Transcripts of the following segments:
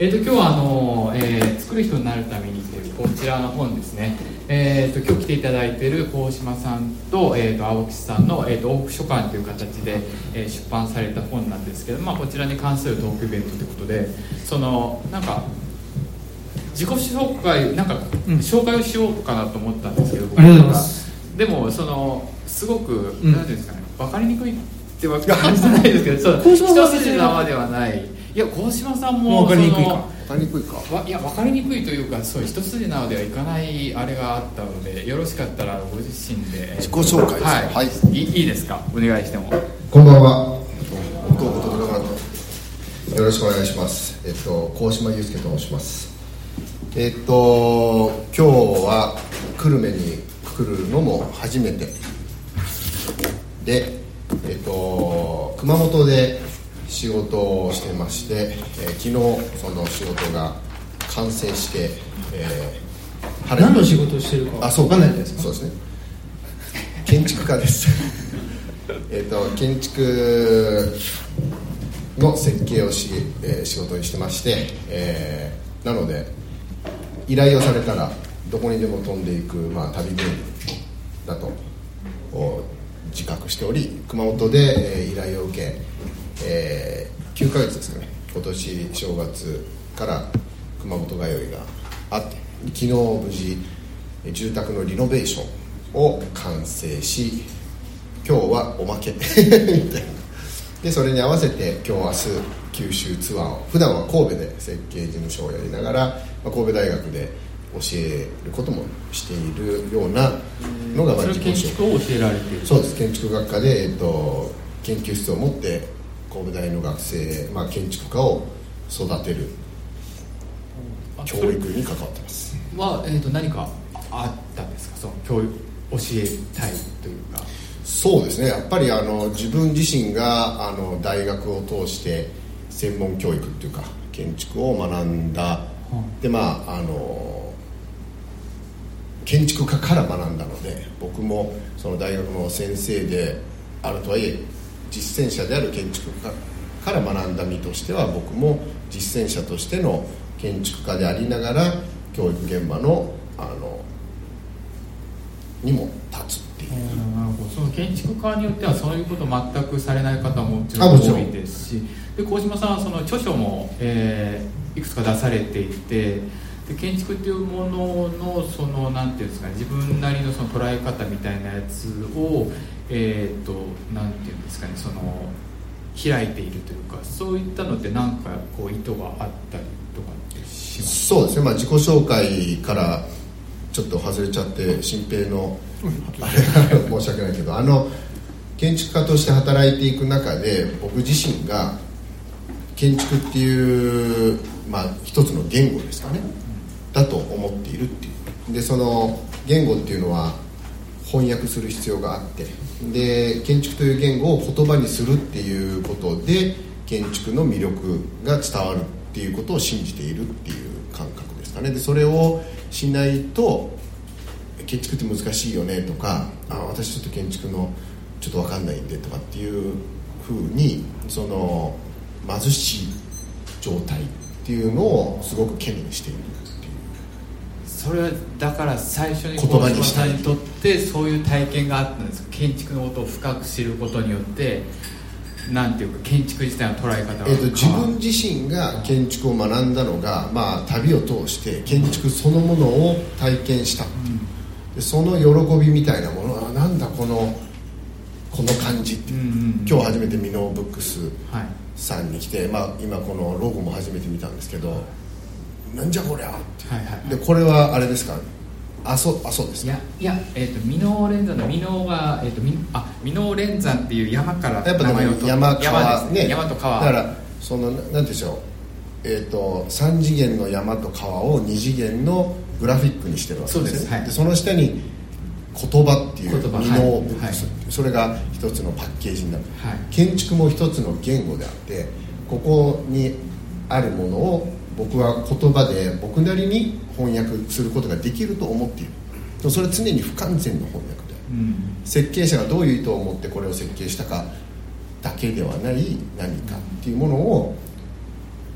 今日は作る人になるためにというこちらの本ですね。今日来ていただいている鴻島さんと、青木さんの、往復書簡という形で、出版された本なんですけど、こちらに関するトークイベントということで、なんか自己紹介紹介をしようかなと思ったんですけど、 ありがとうございます。 でもすごく、なんていうんですかね、分かりにくいってわけ感じないですけど、一筋縄ではない。いや、鴻島さんも分かりにくいか。 いや、分かりにくいというか、そう一筋縄ではいかないあれがあったので、よろしかったらご自身で自己紹介ですか。 はい、いいですか、お願いしても。 こんばんは。よろしくお願いします。鴻島祐介と申します。今日は久留米に来るのも初めてで、熊本で仕事をしてまして、昨日その仕事が完成して、 何の仕事をしてるか分かんないですか。 そうですね、建築家です建築の設計を仕事にしてまして、なので依頼をされたらどこにでも飛んでいく、旅芸人だと自覚しており、熊本で、依頼を受け、9ヶ月ですかね、今年正月から熊本通いがあって、昨日無事住宅のリノベーションを完成し、今日はおまけみたいなで、それに合わせて今日明日九州ツアーを、普段は神戸で設計事務所をやりながら、神戸大学で教えることもしているようなのが、 それ建築を教えられている。 そうです。建築学科で、研究室を持って神戸大の学生、建築家を育てる教育に関わってます。 何かあったんですか、その教育教えたいというか。 そうですね、やっぱり自分自身が大学を通して専門教育っていうか建築を学んだ、で建築家から学んだので、僕もその大学の先生であるとはいえ実践者である建築家から学んだ身としては、僕も実践者としての建築家でありながら教育現場のにも立つっていう。 なるほど。その建築家によってはそういうことを全くされない方ももちろん多いですし、で鴻島さんはその著書も、いくつか出されていて、で建築っていうもののそのなんていうんですかね、自分なりのその捉え方みたいなやつをなんていうんですかね、その開いているというか、そういったのって何かこう意図があったりとかってします？ そうですね、自己紹介からちょっと外れちゃって新平のあれ申し訳ないけど、建築家として働いていく中で、僕自身が建築っていう、一つの言語ですかね、だと思っているっていう。でその言語っていうのは翻訳する必要があって、で建築という言語を言葉にするっていうことで建築の魅力が伝わるっていうことを信じているっていう感覚ですかね。でそれをしないと、建築って難しいよねとか、私ちょっと建築のちょっと分かんないんでとかっていう風に、その貧しい状態っていうのをすごく懸念しているっていう。 それはだから最初に言葉にしたい鴻島さんにとってそういう体験があったんですか。建築のことを深く知ることによってなんていうか建築自体の捉え方が自分自身が建築を学んだのが、旅を通して建築そのものを体験した、でその喜びみたいなものは、なんだこの感じって、今日初めてミノーブックスさんに来て、今このロゴも初めて見たんですけど、なんじゃこりゃって、でこれはあれですか、阿蘇ですね。 いや箕面連山の箕面が箕面連山っていう山からやっぱ名前を取って、山ですね、 山と川だからそのなんでしょう、3次元の山と川を2次元のグラフィックにしてるわけですね。でその下に言葉っていうミノーブックス、それが一つのパッケージになる、建築も一つの言語であって、ここにあるものを僕は言葉で僕なりに翻訳することができると思っている。それは常に不完全な翻訳で、設計者がどういう意図を持ってこれを設計したかだけではない何かっていうものを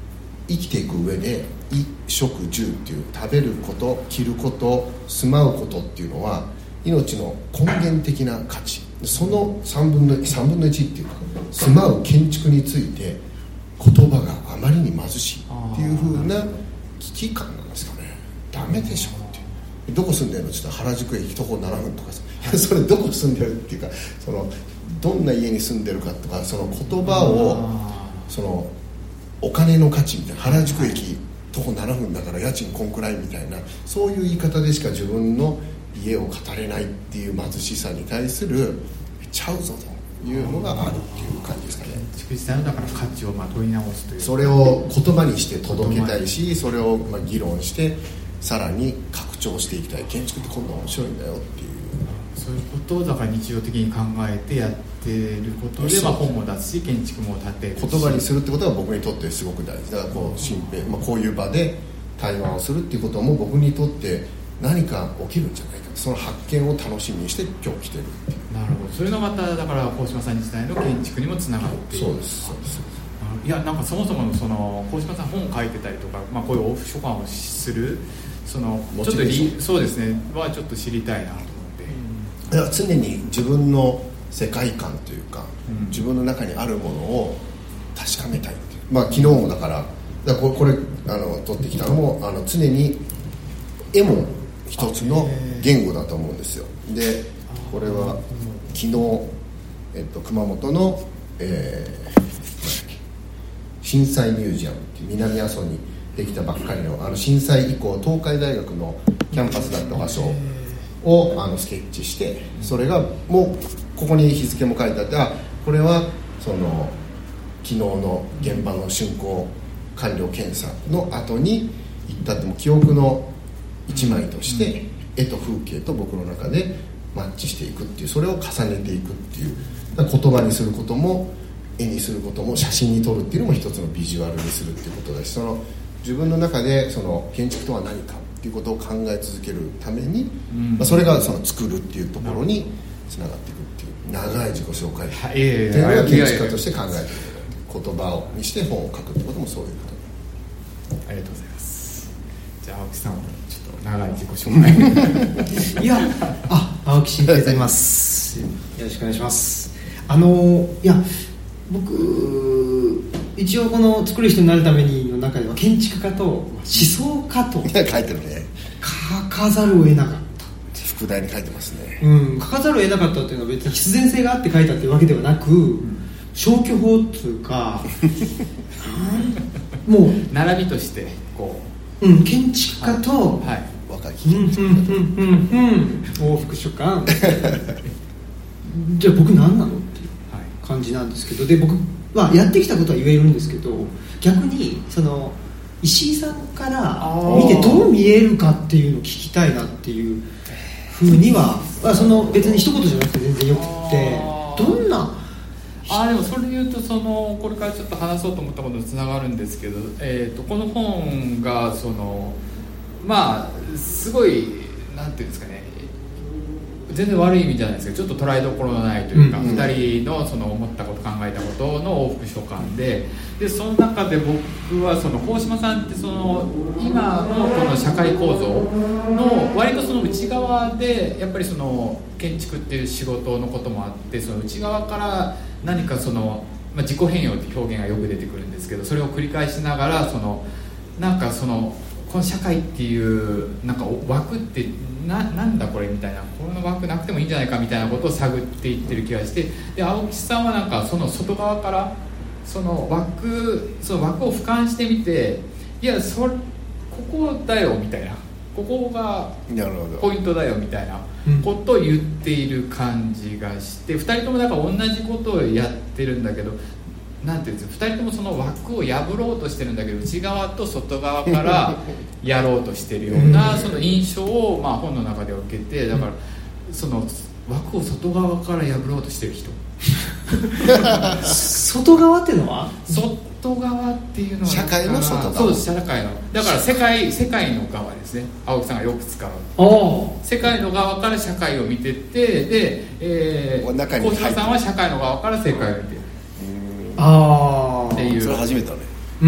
生きていく上で衣食住っていう食べること着ること住まうことっていうのは命の根源的な価値、その3分の1っていうか住まう建築について言葉があまりに貧しいっていう風な危機感なんですかね。ダメでしょっていう、どこ住んでるのって言ったら原宿駅徒歩7分とかさ、それどこ住んでるっていうか、そのどんな家に住んでるかとか、その言葉をそのお金の価値みたいな、原宿駅徒歩7分だから家賃こんくらいみたいな、そういう言い方でしか自分の家を語れないっていう貧しさに対するちゃうぞというのがあるっていう感じですかね。 建築自体のだから価値を問い直すという、 それを言葉にして届けたいし、それを議論してさらに拡張していきたい。建築ってこんな面白いんだよっていう、 そういうことをだから日常的に考えてやってることで、本も出すし建築も建てるし、 言葉にするってことは僕にとってすごく大事だから、こういう場で対話をするっていうことも僕にとって何か起きるんじゃないか、その発見を楽しみにして今日来てるっていう。 なるほど、それがまただから鴻島さん自体の建築にもつながっている。 そうですそうです。 いや、なんかそもそものその鴻島さん本を書いてたりとか、こういう往復書簡をするそのちょっとそうですねはちょっと知りたいなと思って、 いや常に自分の世界観というか、自分の中にあるものを確かめたいっていう、昨日もだからこれ撮ってきたのも常に絵も一つの言語だと思うんですよ。でこれは昨日、熊本の、震災ミュージアムっていう南阿蘇にできたばっかりの震災以降東海大学のキャンパスだった場所をスケッチして、それがもうここに日付も書いてあって、これはその昨日の現場の竣工完了検査の後に行ったっても記憶の一枚として絵と風景と僕の中でマッチしていくっていう、それを重ねていくっていう、言葉にすることも絵にすることも写真に撮るっていうのも一つのビジュアルにするっていうことだし、その自分の中でその建築とは何かっていうことを考え続けるために、それがその作るっていうところにつながっていくっていう長い自己紹介っていうのが建築家として考えている。言葉にして本を書くってこともそういうこと。 ありがとうございます。じゃあ青木さんもちょっと長い自己紹介いや青木真平と言います。よろしくお願いします。いや僕一応この作る人になるためにの中では建築家と思想家と書いてるね。 書かざるを得なかった。 副題に書いてますね。 書かざるを得なかったっていうのは別に必然性があって書いたっていうわけではなく、消去法っていうかもう並びとしてこう、建築家と、 若い建築家と往復書簡じゃあ僕何なのっていう感じなんですけど、で僕はやってきたことは言えるんですけど、逆にその石井さんから見てどう見えるかっていうのを聞きたいなっていうふうには、その別に一言じゃなくて全然よくってどんなでもそれで言うとこれからちょっと話そうと思ったことにつながるんですけど、この本がすごいなんていうんですかね、全然悪い意味じゃないですけどちょっと捉えどころのないというか、2人のその思ったこと考えたことの往復書簡でその中で僕は鴻島さんって今のこの社会構造の割とその内側でやっぱり建築っていう仕事のこともあって、その内側から何か自己変容って表現がよく出てくるんですけど、それを繰り返しながらなんかこの社会っていうなんか枠ってなんだこれみたいな、この枠なくてもいいんじゃないかみたいなことを探っていってる気がして、で青木さんはなんかその外側からその枠を俯瞰してみて、いやここだよみたいな、ここがポイントだよみたいなことを言っている感じがして、2人ともだから同じことをやってるんだけど、なんていうんですか、2人ともその枠を破ろうとしてるんだけど、内側と外側からやろうとしてるようなその印象を本の中では受けて、だからその枠を外側から破ろうとしてる人外側っていうのは外側っていうのは社会の外側、 そうです、社会のだから世界の側ですね。青木さんがよく使う世界の側から社会を見てってで、 中に鴻島さんは社会の側から世界を見てるっていう、それ初めてだね。 うん、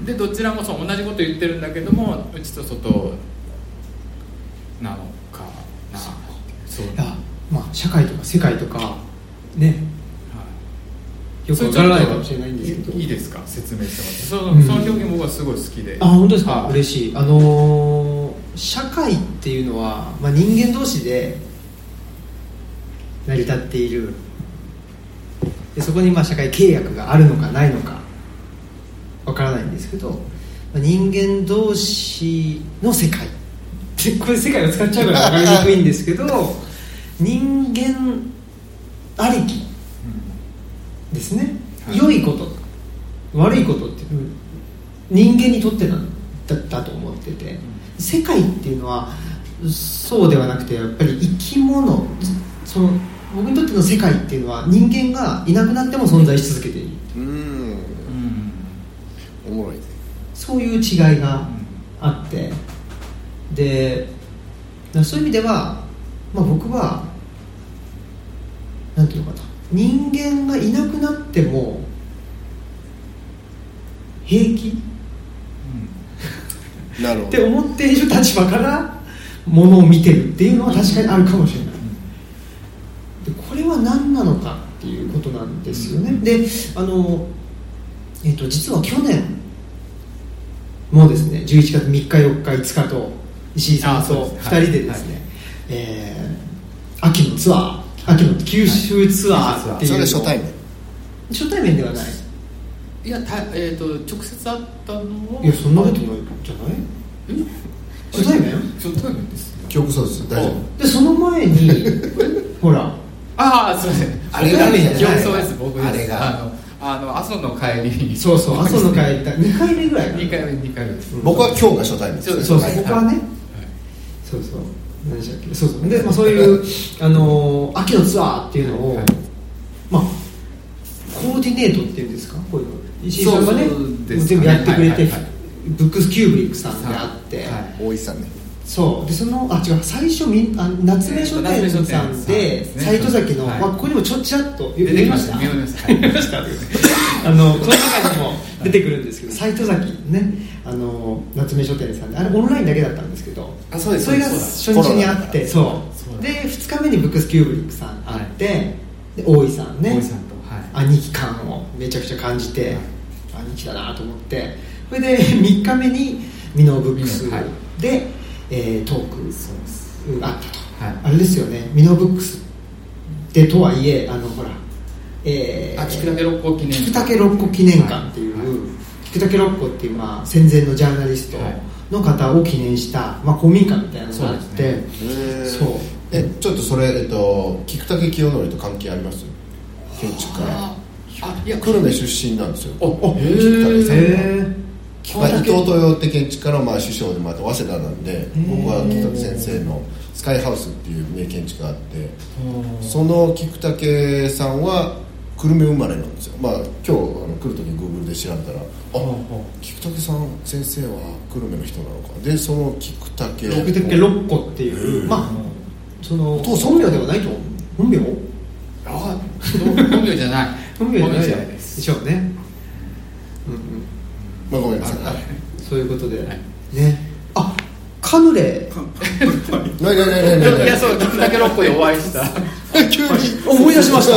でどちらもそう同じこと言ってるんだけども内と外なのかな。そういや、まあ、社会とか世界とかね、よくわからないかもしれないんですけど、 いいですか、説明してもらって。その表現僕はすごい好きで。 あ、本当ですか。嬉しい。社会っていうのは、まあ、人間同士で成り立っている。でそこにまあ社会契約があるのかないのかわからないんですけど、まあ、人間同士の世界で、これ世界を使っちゃうから分かりにくいんですけど人間ありきですね、はい、良いこと悪いことっていう人間にとってなんだと思ってて、世界っていうのはそうではなくて、やっぱり生き物、その僕にとっての世界っていうのは人間がいなくなっても存在し続けている。 おもろい。 そういう違いがあって、でそういう意味では、まあ、僕はなんていうのかな、人間がいなくなっても平気、 なるほどって思っている立場からものを見てるっていうのは確かにあるかもしれない。でこれは何なのかっていうことなんですよね。で実は去年もですね、11月3日4日5日と石井さんと2人でですね、秋のツアー、秋の九州ツアーっていうのを、 それ初対面ではない、 いや、直接会ったのは、 いや、そんなことないじゃない？初対面？ 初対面ですよ。 記憶そうです。大丈夫。 でその前にほら、 ああ、すみません。 あれがね、 記憶そうです。僕です。 あれが阿蘇の帰りに。 そうそう、阿蘇の帰り2回目ぐらい。 2回目です。 僕は今日が初対面です。 そうそう、僕はね、そうそう、何でしたっけ、そうそうで、まあ、そういう秋のツアーっていうのを、まあコーディネートっていうんですか、こういうの石井さんがね全部やってくれて、ブックスキューブリックさんであって、 大石さんね。 そうで、違う、最初夏目書店さんで斎藤崎の、まあ、ここにもちらっと出てきました。この中にも出てくるんですけど、斎藤崎ね、夏目書店さんで、あれオンラインだけだったんですけど、それが初日にあって、そうで2日目にブックスキューブリックさんあって、で大井さんね、兄貴感をめちゃくちゃ感じて、兄貴だなと思って、それで3日目にミノブックスで、トークがあったと、あれですよね、ミノブックスでとはいえ、ほら、 菊竹六甲記念館、 菊竹六甲記念館っていう、菊竹六甲っていう、まあ、戦前のジャーナリストの方を記念した、まあ、公民館みたいなのがあって、 ちょっとそれ、菊竹清則と関係あります？建築家、久留米出身なんですよ。菊竹さんが。伊藤豊って建築家の師匠で、また早稲田なんで、僕は菊竹先生のスカイハウスっていう名建築があって、その菊竹さんは久留米生まれなんですよ。まあ今日来る時に Google で調べたら、菊竹さん先生は久留米の人なのか。でその菊竹六甲っていう、まあその本名ではないと思う。本名？ 本名じゃない。 本名じゃないですでしょうね。 まあ、ごめんなさい。 そういうことで、ね。あ、カヌレ。 いや、そう、菊竹六甲でお会いした。 急に思い出しました。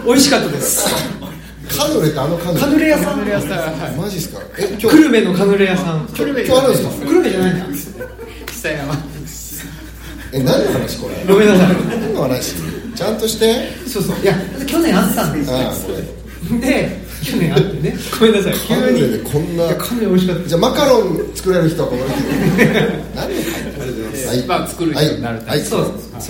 美味しかったです。 カヌレってカヌレ屋さん。 マジですか？ 久留米のカヌレ屋さん。 今日あるんですか？ 久留米じゃないな。 久山。 何の話これ？ ごめんなさい。 何の話？ちゃんとして。 そう。いや、去年あったんですよ。で。去年あってね、ごめんなさい、 カヌレでこんな、 カヌレ美味しかった。 じゃあマカロン作れる人はこの人何で書いてある？まあ作る人になる。 そう、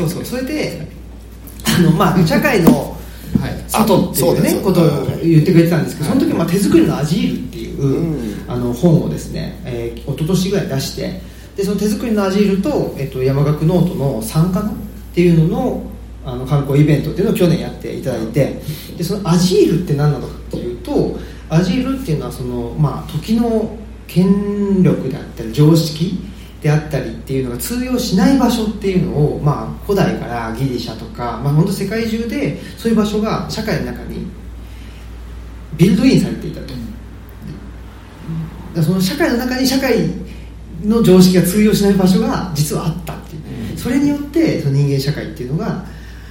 それでまあ社会の外っていうねことを言ってくれてたんですけど、その時手作りのアジールっていう本をですね、一昨年ぐらい出して、でその手作りのアジールと山岳ノートの参加っていうのの観光イベントっていうのを去年やっていただいて、でそのアジールって何なのかっていうと、アジールっていうのはその、まあ、時の権力であったり常識であったりっていうのが通用しない場所っていうのを、まあ、古代からギリシャとか、まあ、本当世界中でそういう場所が社会の中にビルドインされていたと。 その社会の中に社会の常識が通用しない場所が実はあったっていう、それによってその人間社会っていうのが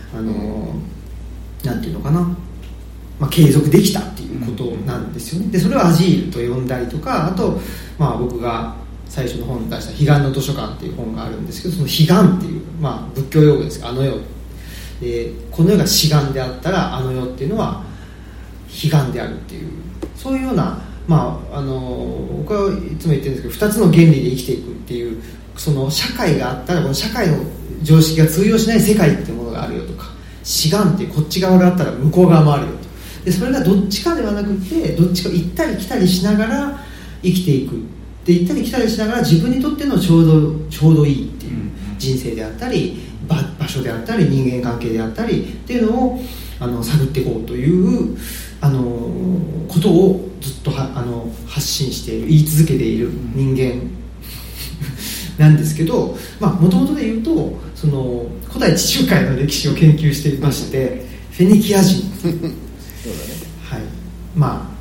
なんていうのかな、継続できたっていうことなんですよね。でそれをアジールと呼んだりとか、あと、僕が最初の本に出した彼岸の図書館っていう本があるんですけど、その彼岸っていう、仏教用語ですが、あの世で、この世が至岸であったらあの世っていうのは彼岸であるっていう、そういうような、僕はいつも言ってるんですけど、2つの原理で生きていくっていう、その社会があったらこの社会の常識が通用しない世界っていうものがあるよとか、至岸っていうこっち側があったら向こう側もあるよと、でそれがどっちかではなくて、どっちか行ったり来たりしながら生きていく、で行ったり来たりしながら自分にとってのちょうどいいっていう人生であったり、場所であったり人間関係であったりっていうのを探っていこうということをずっと発信している、言い続けている人間なんですけど、もともとで言うとその古代地中海の歴史を研究していまして、フェニキア人そうだね、はい、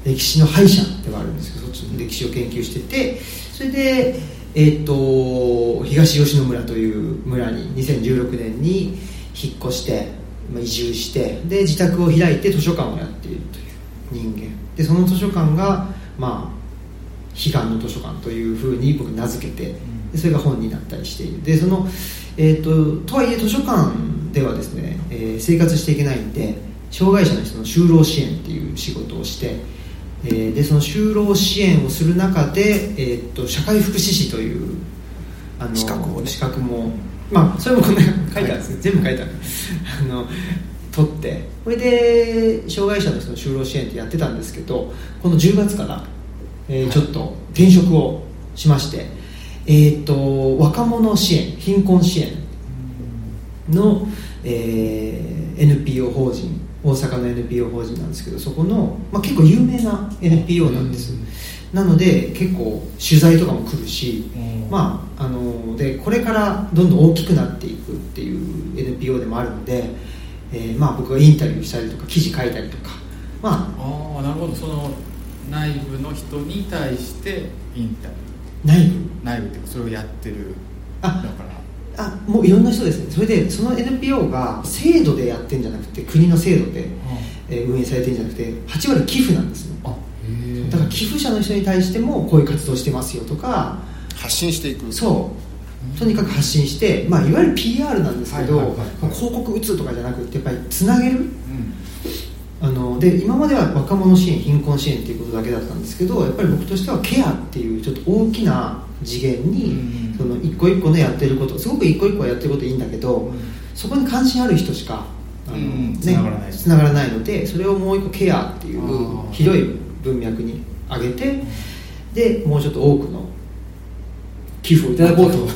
歴史の敗者ではあるんですけど、そっちの歴史を研究してて、それで東吉野村という村に2016年に引っ越して移住して、で自宅を開いて図書館をやっているという人間で、その図書館が彼岸の図書館というふうに僕名付けて、でそれが本になったりしている。でその、とはいえ図書館ではですね、生活していけないんで、障害者の人の就労支援っていう仕事をして、でその就労支援をする中で、社会福祉士という資格も、それもこんな書いてあるんですね、全部書いてある取って、これで障害者の人の就労支援ってやってたんですけど、この10月から、ちょっと転職をしまして、若者支援、貧困支援の、NPO 法人、大阪の NPO 法人なんですけど、そこの、結構有名な NPO なんです、なので結構取材とかも来るし、でこれからどんどん大きくなっていくっていう NPO でもあるので、僕がインタビューしたりとか記事書いたりとか、 なるほど、その内部の人に対してインタビュー、内部ってそれをやってるだからもういろんな人ですね。それでその NPO が制度でやってるんじゃなくて、国の制度で、運営されてるんじゃなくて、8割寄付なんですね。だから寄付者の人に対してもこういう活動してますよとか発信していく。 とにかく発信して、いわゆる PR なんですけど、広告打つとかじゃなくてやっぱりつなげる、で今までは若者支援、貧困支援っていうことだけだったんですけど、やっぱり僕としてはケアっていうちょっと大きな次元に、その一個一個ねやってること、すごく一個一個やってることいいんだけど、そこに関心ある人しかつながらないので、それをもう一個ケアっていう広い文脈に上げて、でもうちょっと多くの寄付をいただこうと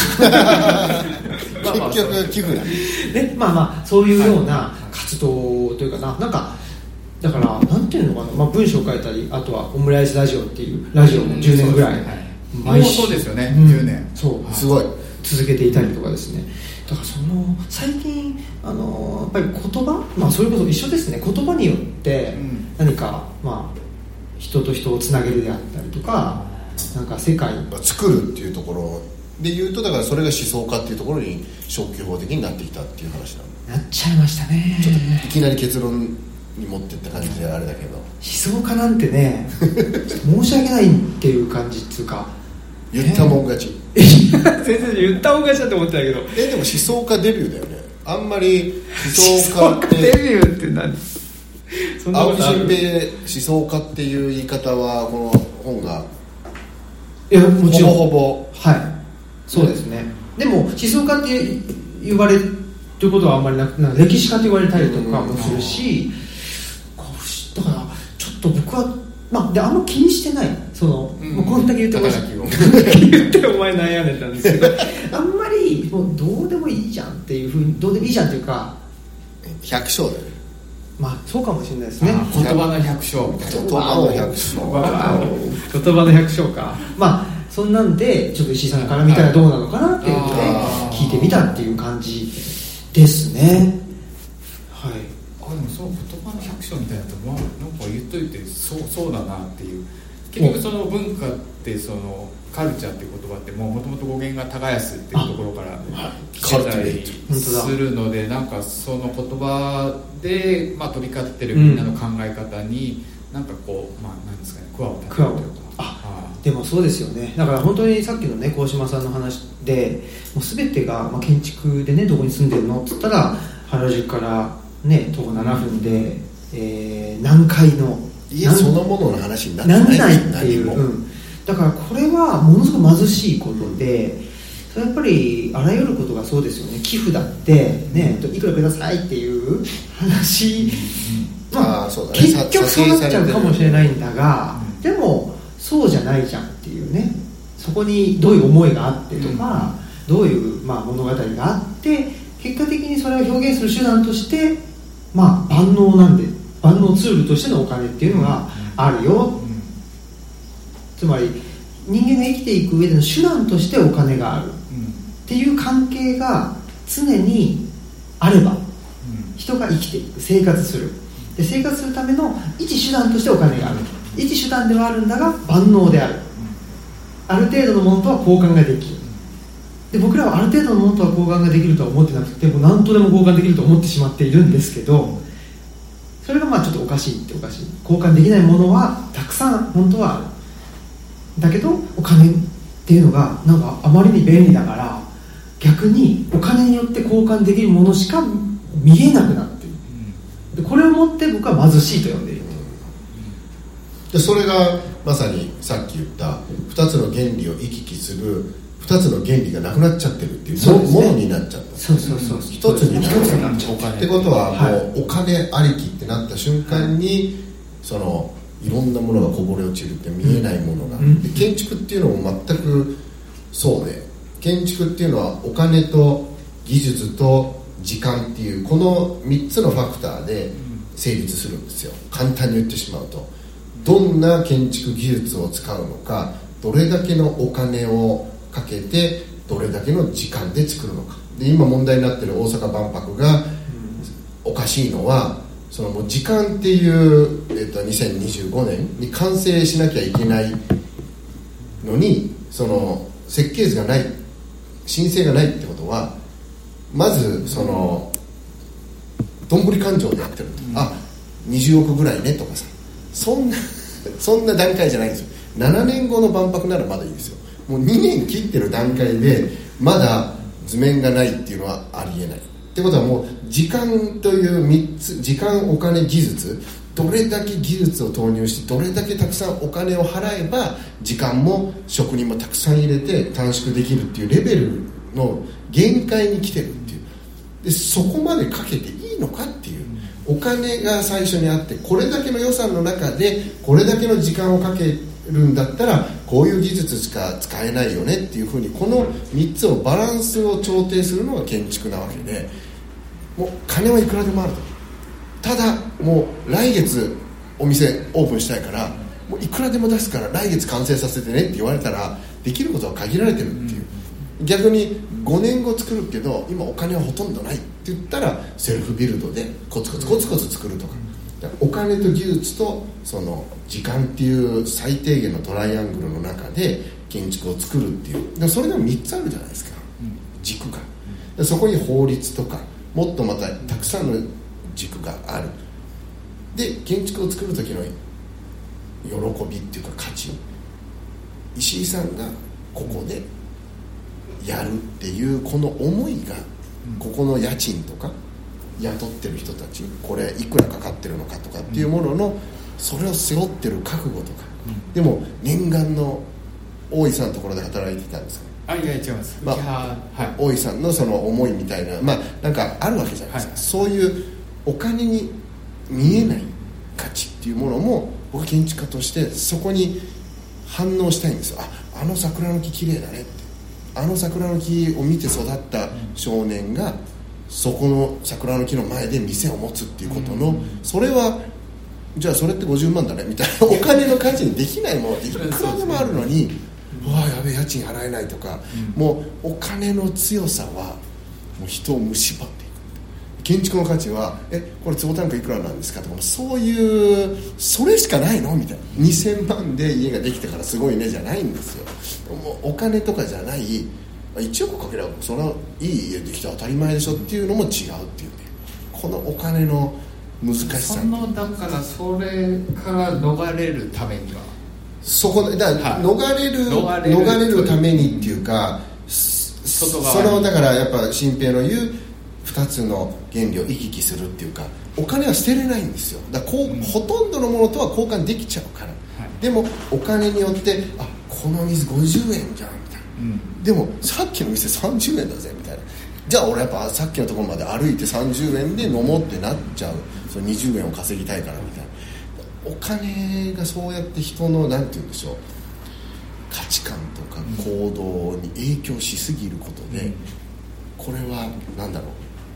結局寄付だね、そういうような活動というかなんかだからなんていうのかな、文章を書いたり、あとはオムライスラジオっていうラジオも10年ぐらい、 毎週そうですよね、10年そうすごい続けていたりとかですね。だからその最近やっぱり言葉、それこそ一緒ですね。言葉によって何か人と人をつなげるであったりとか、なんか世界作るっていうところで言うと、だからそれが思想家っていうところに消去法的になってきたっていう話なっちゃいましたね。 ちょっといきなり結論に持ってった感じであれだけど、 思想家なんてね申し訳ないっていう感じっていうか、 言ったもん勝ち先生言ったもん勝ちだと思ってたけど、 でも思想家デビューだよね。あんまり思想家ってデビューって何、 青木新平思想家っていう言い方はこの本がもちろんほぼそうですね。でも思想家って言われることはあんまりなく、歴史家って言われたりとかもするし、だからちょっと僕はであんま気にしてない、もうこんだけ言ってました言ってお前悩んでたんですけどあんまりもうどうでもいいじゃんっていうふうに、どうでもいいじゃんっていうか、 百姓だよね。 そうかもしれないですね。 言葉の百姓みたいな。 言葉の百姓言葉の百姓か。そんなんでちょっと石井さんから見たらどうなのかなっていうので聞いてみたっていう感じですね。 でもそう言葉の百姓みたいなとなんか言っといてそうだなっていう結局その文化ってそのカルチャーっていう言葉ってもともと語源が耕すっていうところから来てたりするので、なんかその言葉で、まあ、飛び交ってるみんなの考え方になんかこう、まあ、なんですかね、クワを立てるというか。 でもそうですよね。だから本当にさっきのね鴻島さんの話でもう全てが、まあ、建築でねどこに住んでるのって言ったら原宿からね徒歩7分で、南海の家そのものの話になってないっていう、だからこれはものすごく貧しいことで、それやっぱりあらゆることがそうですよね。寄付だってね、いくらくださいっていう話、まあそうだね、結局そうなっちゃうかもしれないんだが、でもそうじゃないじゃんっていうね、そこにどういう思いがあってとか、どういう、まあ、物語があって結果的にそれを表現する手段として、まあ、万能なんで万能ツールとしてのお金っていうのがあるよ、つまり人間が生きていく上での手段としてお金があるっていう関係が常にあれば人が生きていく、生活する、で生活するための一手段としてお金がある、一手段ではあるんだが万能である、ある程度のものとは交換ができる。で僕らはある程度のものとは交換ができるとは思ってなくて、もう何とでも交換できると思ってしまっているんですけど、それがまあちょっとおかしいっておかしい、交換できないものはたくさん本当はある。だけどお金っていうのがなんかあまりに便利だから逆にお金によって交換できるものしか見えなくなっている。でこれをもって僕は貧しいと呼んでいる。 でそれがまさにさっき言った2つの原理を行き来する2つの原理がなくなっちゃってるっていう、ものになっちゃった。 そうそうそう、 一つになっちゃったってことはもうお金ありきってなった瞬間にそのいろんなものがこぼれ落ちるって見えないものが、で建築っていうのも全くそうで、建築っていうのはお金と技術と時間っていうこの3つのファクターで成立するんですよ。簡単に言ってしまうと、どんな建築技術を使うのか、どれだけのお金をかけてどれだけの時間で作るのか。で今問題になっている大阪万博がおかしいのは、そのもう時間っていう、2025年に完成しなきゃいけないのに、その設計図がない、申請がないってことは、まずそのどんぶり勘定でやってると、20億ぐらいねとかさ、そんな段階じゃないんですよ。7年後の万博ならまだいいですよ。もう2年切ってる段階でまだ図面がないっていうのはありえないってことは、もう時間という3つ、時間、お金、技術、どれだけ技術を投入してどれだけたくさんお金を払えば時間も職人もたくさん入れて短縮できるっていうレベルの限界に来てるっていう。でそこまでかけていいのかっていう、お金が最初にあってこれだけの予算の中でこれだけの時間をかけるんだったらこういう技術しか使えないよねっていうふうに、この3つをバランスを調停するのが建築なわけで、もう金はいくらでもあると。ただもう来月お店オープンしたいからもういくらでも出すから来月完成させてねって言われたらできることは限られてるっていう、逆に5年後作るけど今お金はほとんどないって言ったらセルフビルドでコツコツコツコツ作るとか、お金と技術とその時間っていう最低限のトライアングルの中で建築を作るっていう、それでも3つあるじゃないですか、軸が。そこに法律とかもっとまたたくさんの軸がある。で建築を作る時の喜びっていうか価値、石井さんがここでやるっていうこの思いが、ここの家賃とか雇ってる人たちこれいくらかかってるのかとかっていうものの、それを背負ってる覚悟とか、でも念願の大井さんのところで働いてたんですか？ いや違います、 大井さんのその思いみたいな、なんかあるわけじゃないですか、そういうお金に見えない価値っていうものも僕は建築家としてそこに反応したいんですよ。あの桜の木綺麗だねって、あの桜の木を見て育った少年がそこの桜の木の前で店を持つっていうことの、それはじゃあそれって50万だねみたいな、お金の価値にできないものっていくらでもあるのに、うわやべえ家賃払えないとか、もうお金の強さはもう人を蝕っていく。 建築の価値はこれ坪単価いくらなんですかとか、そういうそれしかないのみたいな、2000万で家ができたからすごいねじゃないんですよ。もうお金とかじゃない、1億かければそれはいい家できた当たり前でしょっていうのも違うっていうね、このお金の難しさ、 だからそれから逃れるためにはそこだから逃れるためにっていうか、だからやっぱ新平の言う2つの原理を行き来するっていうか、お金は捨てれないんですよ。だからほとんどのものとは交換できちゃうから、でもお金によってこの水50円じゃんみたいな、でもさっきの店30円だぜみたいな、じゃあ俺やっぱさっきのところまで歩いて30円で飲もうってなっちゃう、その20円を稼ぎたいからみたいな。お金がそうやって人のなんて言うんでしょう、価値観とか行動に影響しすぎることで、これはなんだろう、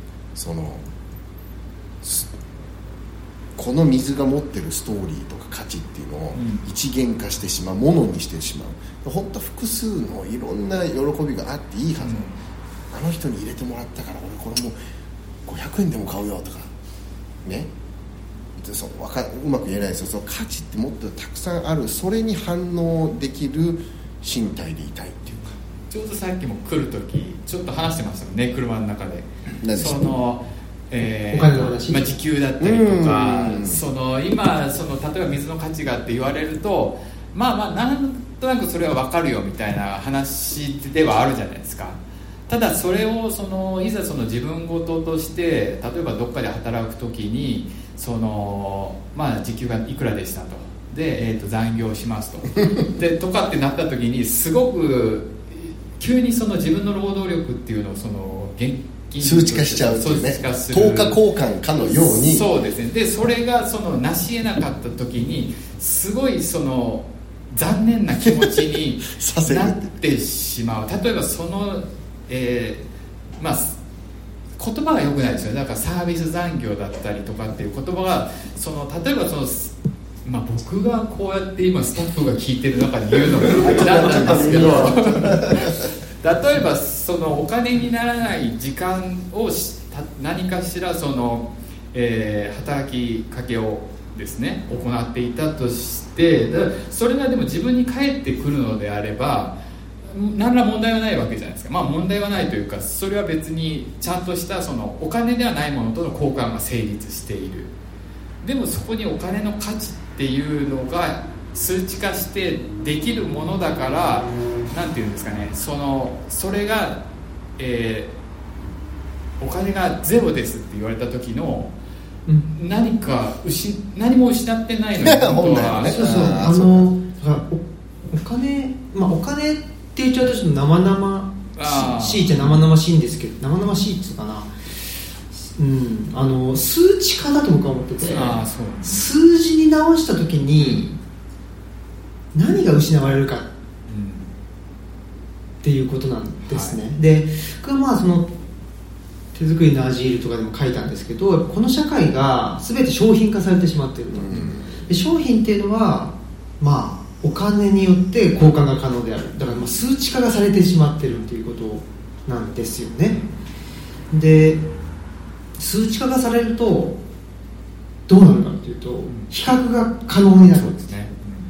この水が持ってるストーリーとか価値っていうのを一元化してしまう、ものにしてしまう。本当複数のいろんな喜びがあっていいはず、あの人に入れてもらったから俺これも500円でも買うよとかね、うまく言えないですよ。その価値ってもっとたくさんある、それに反応できる身体でいたいっていうか。 ちょうどさっきも来るときちょっと話してましたよね、車の中で。 お金の話、 時給だったりとか、今例えば水の価値がって言われると、なんとなくそれは分かるよみたいな話ではあるじゃないですか。ただそれをいざ自分事として例えばどっかで働くときに時給がいくらでしたと、で、残業しますとでとかってなったときに、すごく急に自分の労働力っていうのを現金数値化しちゃうっていうね、10日交換かのように。 そうですね。でそれが成し得なかった時にすごい残念な気持ちになってしまう。例えば言葉が良くないですよ。だからサービス残業だったりとかっていう言葉が例えば僕がこうやって今スタッフが聞いてる中で言うのがなんですけど例えばお金にならない時間を何かしら働きかけをですね行っていたとして、それがでも自分に返ってくるのであれば何ら問題はないわけじゃないですか。問題はないというか、それは別にちゃんとしたお金ではないものとの交換が成立している。でもそこにお金の価値っていうのが数値化してできるものだから、なんていうんですかね、それが、お金がゼロですって言われた時の、何も失ってないのに本当はお金って言っちゃうとちょっと生々しいっちゃ生々しいんですけど、生々しいっていうかな、数値化だと僕は思ってて、数字に直した時に何が失われるかっていうことなんですね。で、これは手作りのアジールとかでも書いたんですけど、この社会が全て商品化されてしまっていると、で商品っていうのはお金によって交換が可能である。だから数値化がされてしまっているということなんですよね。で、数値化がされるとどうなるかというと、比較が可能になるんですね。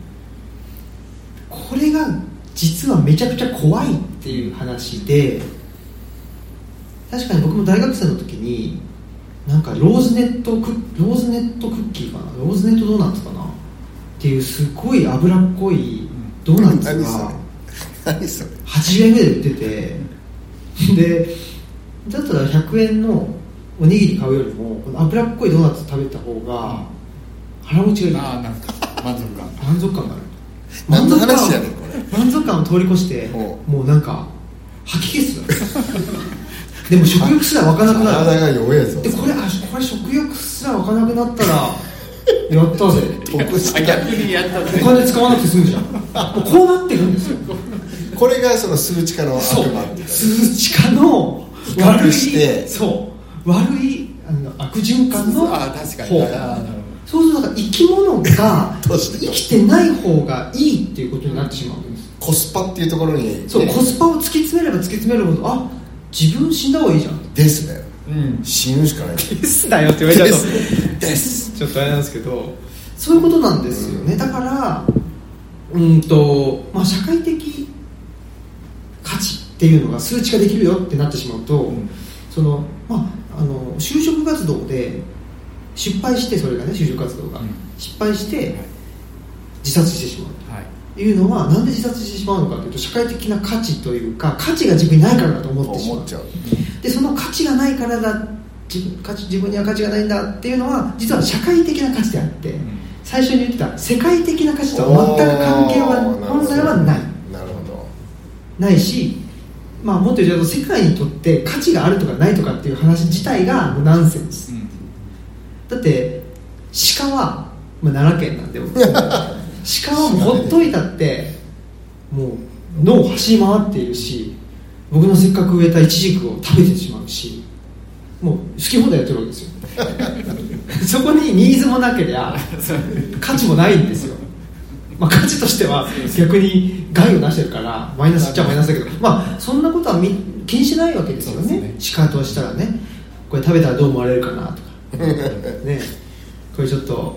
これが実はめちゃくちゃ怖いっていう話で、確かに僕も大学生の時になんかローズネットクッキーかな、ローズネットドーナツかなっていうすごい脂っこいドーナツが80円ぐらいで売ってて、でだったら100円のおにぎり買うよりもこの脂っこいドーナツ食べた方が腹持ちがいい。 なんか満足感がある。 何の話やねんこれ。 満足感を通り越してもうなんか吐き気するでも食欲すら湧かなくなる。 体が弱いぞ。 でこれ食欲すら湧かなくなったらやったぜ逆にやったぜ、 お金使わなくて済むじゃんこうなってるんですよ。 これが数値化の悪魔っていうか、 数値化の悪い悪い悪循環の確かにそうすると生き物が生きてない方がいいっていうことになってしまうんです。 コスパっていうところに、 コスパを突き詰めれば突き詰めるほど自分死んだ方がいいじゃんですね。 死ぬしかないですだよって言われちゃうとですちょっとあれなんですけど、そういうことなんですよね。だから社会的価値っていうのが数値化できるよってなってしまうと、就職活動で失敗して、それがね、就職活動が失敗して自殺してしまうというのは、なんで自殺してしまうのかというと、社会的な価値というか、価値が自分にないからだと思ってしまう。でその価値がないからだ、自分には価値がないんだっていうのは、実は社会的な価値であって、最初に言ってた世界的な価値とは全く関係は本来はない。 なるほど。 ないし、もっと言うと世界にとって価値があるとかないとかっていう話自体がもうナンセンス、だって鹿は、奈良県なんで鹿はもうほっといたってもう脳走り回っているし、僕のせっかく植えたイチジクを食べてしまうし、もう好き放題やってるわけですよそこにニーズもなければ価値もないんですよ。価値としては逆に害を出してるからマイナスっちゃマイナスだけど、そんなことは気にしないわけですよね。鹿としたらね、これ食べたらどう思われるかなとかね、これちょっと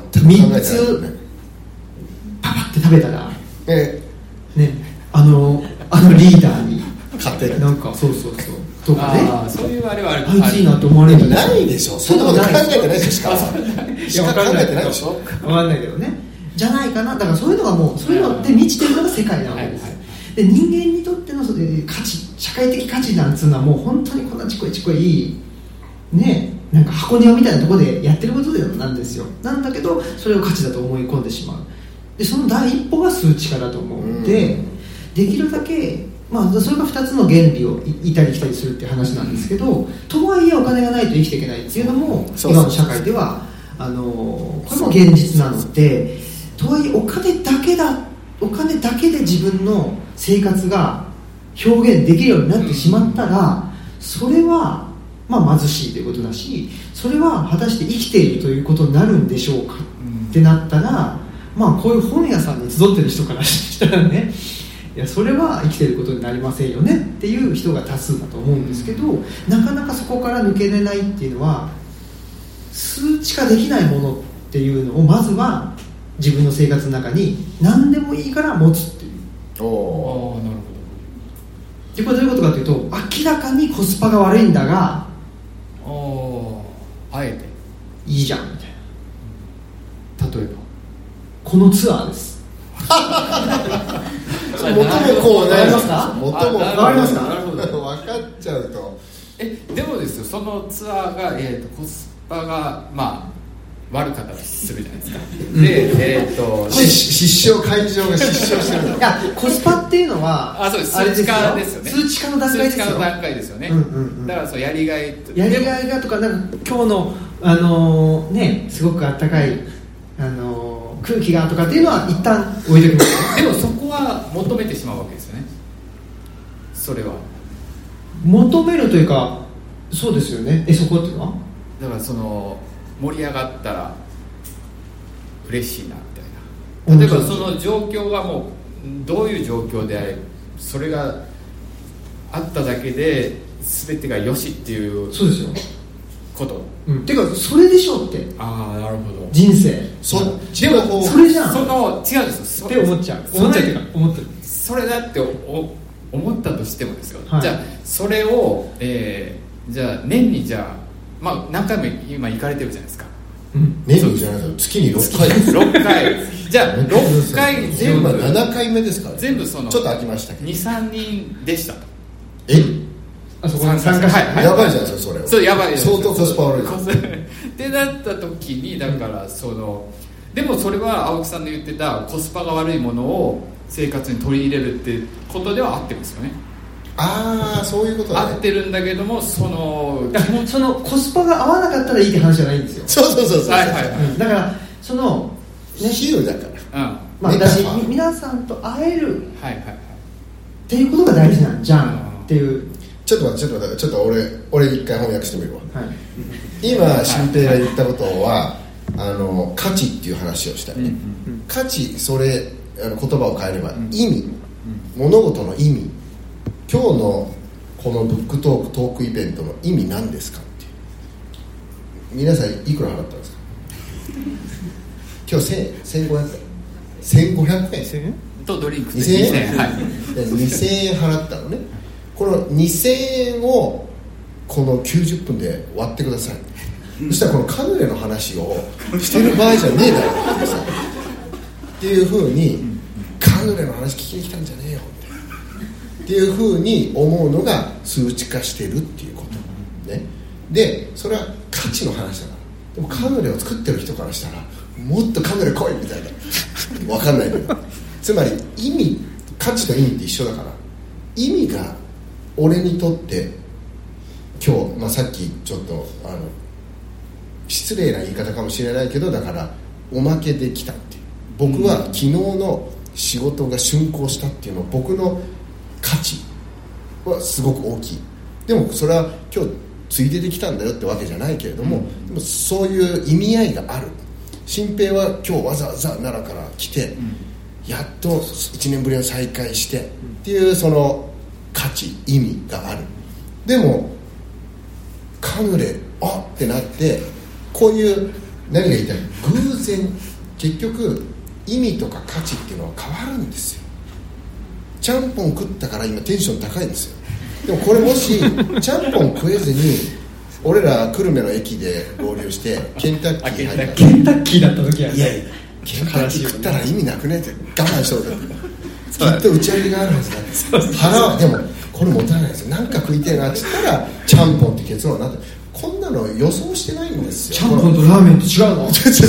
3つパパって食べたらね、あのリーダーになんかそうとかね、 そういうあれはある。 あいついいなって思われるんじゃないでしょ。そんなこと考えてないでしょ。 鹿考えてないでしょ。分かんないけどね、じゃないかな。だからそういうのがもうそういうので満ちてるのが世界なわけです。で人間にとっての価値、社会的価値なんつうのはもう本当にこんなちこいね、なんか箱庭みたいなところでやってることなんですよ。なんだけどそれを価値だと思い込んでしまう。でその第一歩が数値化だと思うので、できるだけそれが2つの原理をいたり来たりするっていう話なんですけど、とはいえお金がないと生きていけないっていうのも今の社会ではこれも現実なので、とはいえお金だけで自分の生活が表現できるようになってしまったら、それは貧しいということだし、それは果たして生きているということになるんでしょうかってなったら、こういう本屋さんに集ってる人からしたらね、いやそれは生きてることになりませんよねっていう人が多数だと思うんですけど、なかなかそこから抜けれないっていうのは、数値化できないものっていうのをまずは自分の生活の中に何でもいいから持つっていう。 なるほど。 でこれどういうことかというと、明らかにコスパが悪いんだがあえていいじゃんみたいな。 例えばこのツアーです元もこうね、元も分かりますか？ 分かっちゃうとでもですよ、そのツアーが、コスパが悪かったりするじゃないですか。で失笑、会場が失笑してる。 いやコスパっていうのは数値化ですよね。 数値化の段階ですよ。 数値化の段階ですよね。だからやりがいがとか、なんか今日のすごくあったかい空気がとかっていうのは一旦置いておきますでもそこは求めてしまうわけですよね。それは求めるというか、そうですよね。そこっていうのはだから盛り上がったら嬉しいなみたいな。例えばその状況がもうどういう状況であれ、それがあっただけで全てがよしっていうそうですよこと、 てかそれでしょって。 なるほど。 人生でもそれじゃん。 違うんですよって思っちゃうっていうか思ってる。 それだって思ったとしてもですよ、じゃあそれを、じゃあ年に何回も今行かれてるじゃないですか。 年にじゃないですか、月に6回です。 6回じゃあ6回全部 7回目ですからね。 全部ちょっと空きましたけど 2,3 人でしたと。 そこに参加者、 やばいじゃないですか。それやばい相当コスパ悪いってなった時に、だからでもそれは青木さんの言ってたコスパが悪いものを生活に取り入れるってことでは合ってますよね。 そういうことだね。 合ってるんだけども、そのコスパが合わなかったらいいって話じゃないんですよ。 そうだから比喩だから、 私皆さんと会えるっていうことが大事なんじゃんっていう。 ちょっと待って、ちょっと俺一回翻訳してみるわ。今新平が言ったことは価値っていう話をしたよね。価値、それ言葉を変えれば意味、物事の意味。今日のこのブックトークイベントの意味何ですかっていう。皆さんいくら払ったんですか？今日1500円とドリンク 2000円、はい、2000円払ったのね。この2000円をこの90分で割ってください。そしたらこのカヌレの話をしてる場合じゃねえだろってさっていうふうに、カヌレの話聞きに来たんじゃねえよっていうふうに思うのが数値化してるっていうことね。でそれは価値の話だから。でもカヌレを作ってる人からしたらもっとカヌレ来いみたいな分かんないけど、つまり価値と意味って一緒だから、意味が俺にとって今日、さっきちょっと失礼な言い方かもしれないけど、だからおまけできたっていう、僕は昨日の仕事が竣工したっていうのは僕の価値はすごく大きい。でもそれは今日ついでできたんだよってわけじゃないけれども、でもそういう意味合いがある。新平は今日わざわざ奈良から来て、やっと1年ぶりの再会してっていうその価値意味がある。でもカヌレってなって、こういう何が言いたい、偶然結局意味とか価値っていうのは変わるんですよ。ちゃんぽん食ったから今テンション高いんですよ。でもこれもしちゃんぽん食えずに俺ら久留米の駅で合流してケンタッキー入った、 ケンタッキーだった時は、 いやケンタッキー食ったら意味なくねって我慢しとるきっと打ち上げがあるはずだって腹はでもこれ持たないですよ。なんか食いてえなって言ったらちゃんぽんって結論になって、こんなの予想してないんですよ。 ちゃんぽんとラーメンと違うの？ ちゃん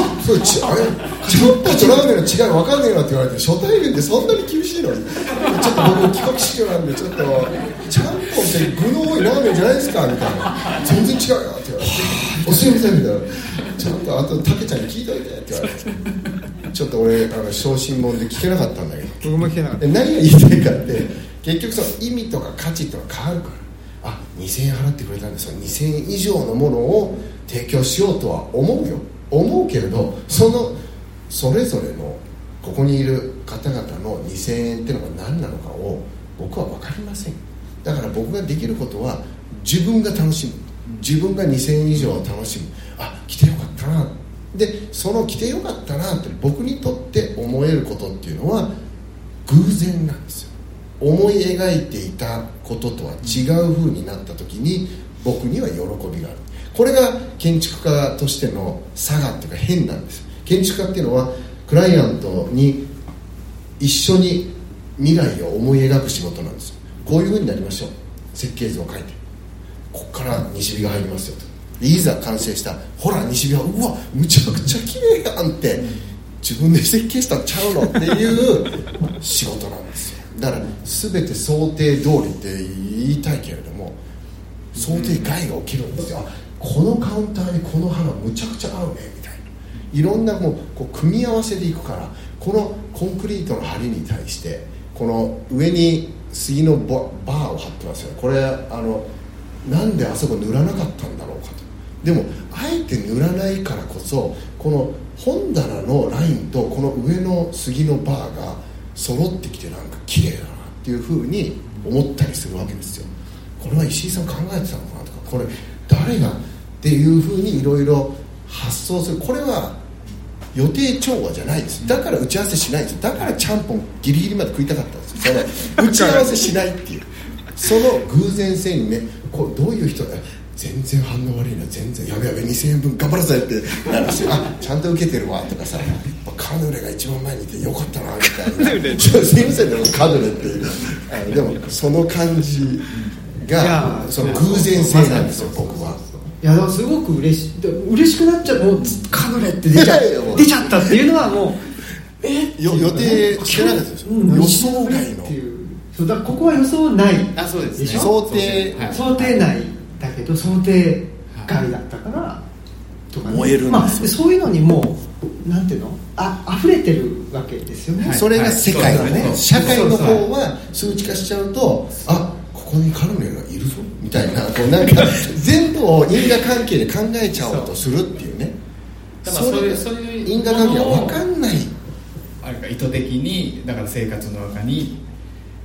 ぽんとラーメンの違い分かんねえなって言われて、初対面でそんなに厳しいのに、ちょっと僕帰国子女なんでちょっとちゃんぽんって具の多いラーメンじゃないですかみたいな、全然違うよって言われて、おすいませんみたいな、ちゃんとあとたけちゃんに聞いといてって言われて、ちょっと俺小心者で聞けなかったんだけど、 僕も聞けなかった。 何が言いたいかって結局その意味とか価値ってのは変わるから、2000円払ってくれたんですよ、2000円以上のものを提供しようとは思うけれど、それぞれのここにいる方々の2000円っていうのが何なのかを僕は分かりません。だから僕ができることは自分が楽しむ、自分が2000円以上を楽しむ、来てよかったな、でその来てよかったなって僕にとって思えることっていうのは偶然なんですよ。思い描いていたこととは違う風になった時に僕には喜びがある。これが建築家としての差がっていうか変なんです。建築家っていうのはクライアントに一緒に未来を思い描く仕事なんですよ。こういう風になりましょう、設計図を書いて、ここから西日が入りますよと、いざ完成した、ほら西日はうわむちゃくちゃ綺麗やんって自分で設計したんちゃうのっていう仕事なんですよ。だから全て想定通りって言いたいけれども、想定外が起きるんですよ。このカウンターにこの花むちゃくちゃ合うねみたいな、いろんなこう組み合わせでいくから、このコンクリートの梁に対してこの上に杉のバーを張ってますよね。これなんであそこ塗らなかったんだろうかと。でもあえて塗らないからこそ、この本棚のラインとこの上の杉のバーが揃ってきてなんか綺麗だなっていう風に思ったりするわけですよ。これは石井さん考えてたのかなとか、これ誰がっていう風にいろいろ発想する。これは予定調和じゃないです。だから打ち合わせしないんですよ。だからちゃんぽんギリギリまで食いたかったんですよ。その打ち合わせしないっていうその偶然性にね、こうどういう人だ、全然反応悪いな、全然やべ2000円分頑張らせってなるんですよ。ちゃんと受けてるわとかさ、カヌレが一番前にいてよかったなみたいなすいませんねカヌレっていうでもその感じがその偶然性なんですよ、僕は。 いやすごく嬉しくなっちゃう。もうカヌレって出ちゃったっていうのはもう予定してなかったですよ、予想外の。 そうだ、ここは予想内そうですね、 想定内だけど想定外だったから、とかね、 燃えるんですよ。 そういうのにもうなんていうの、溢れてるわけですよね。 それが世界のね、社会の方は数値化しちゃうと、ここにカヌレがいるぞみたいな、こうなんか全部を因果関係で考えちゃおうとするっていうね。そういう因果関係が分かんない。 あれか意図的にだから生活の中に、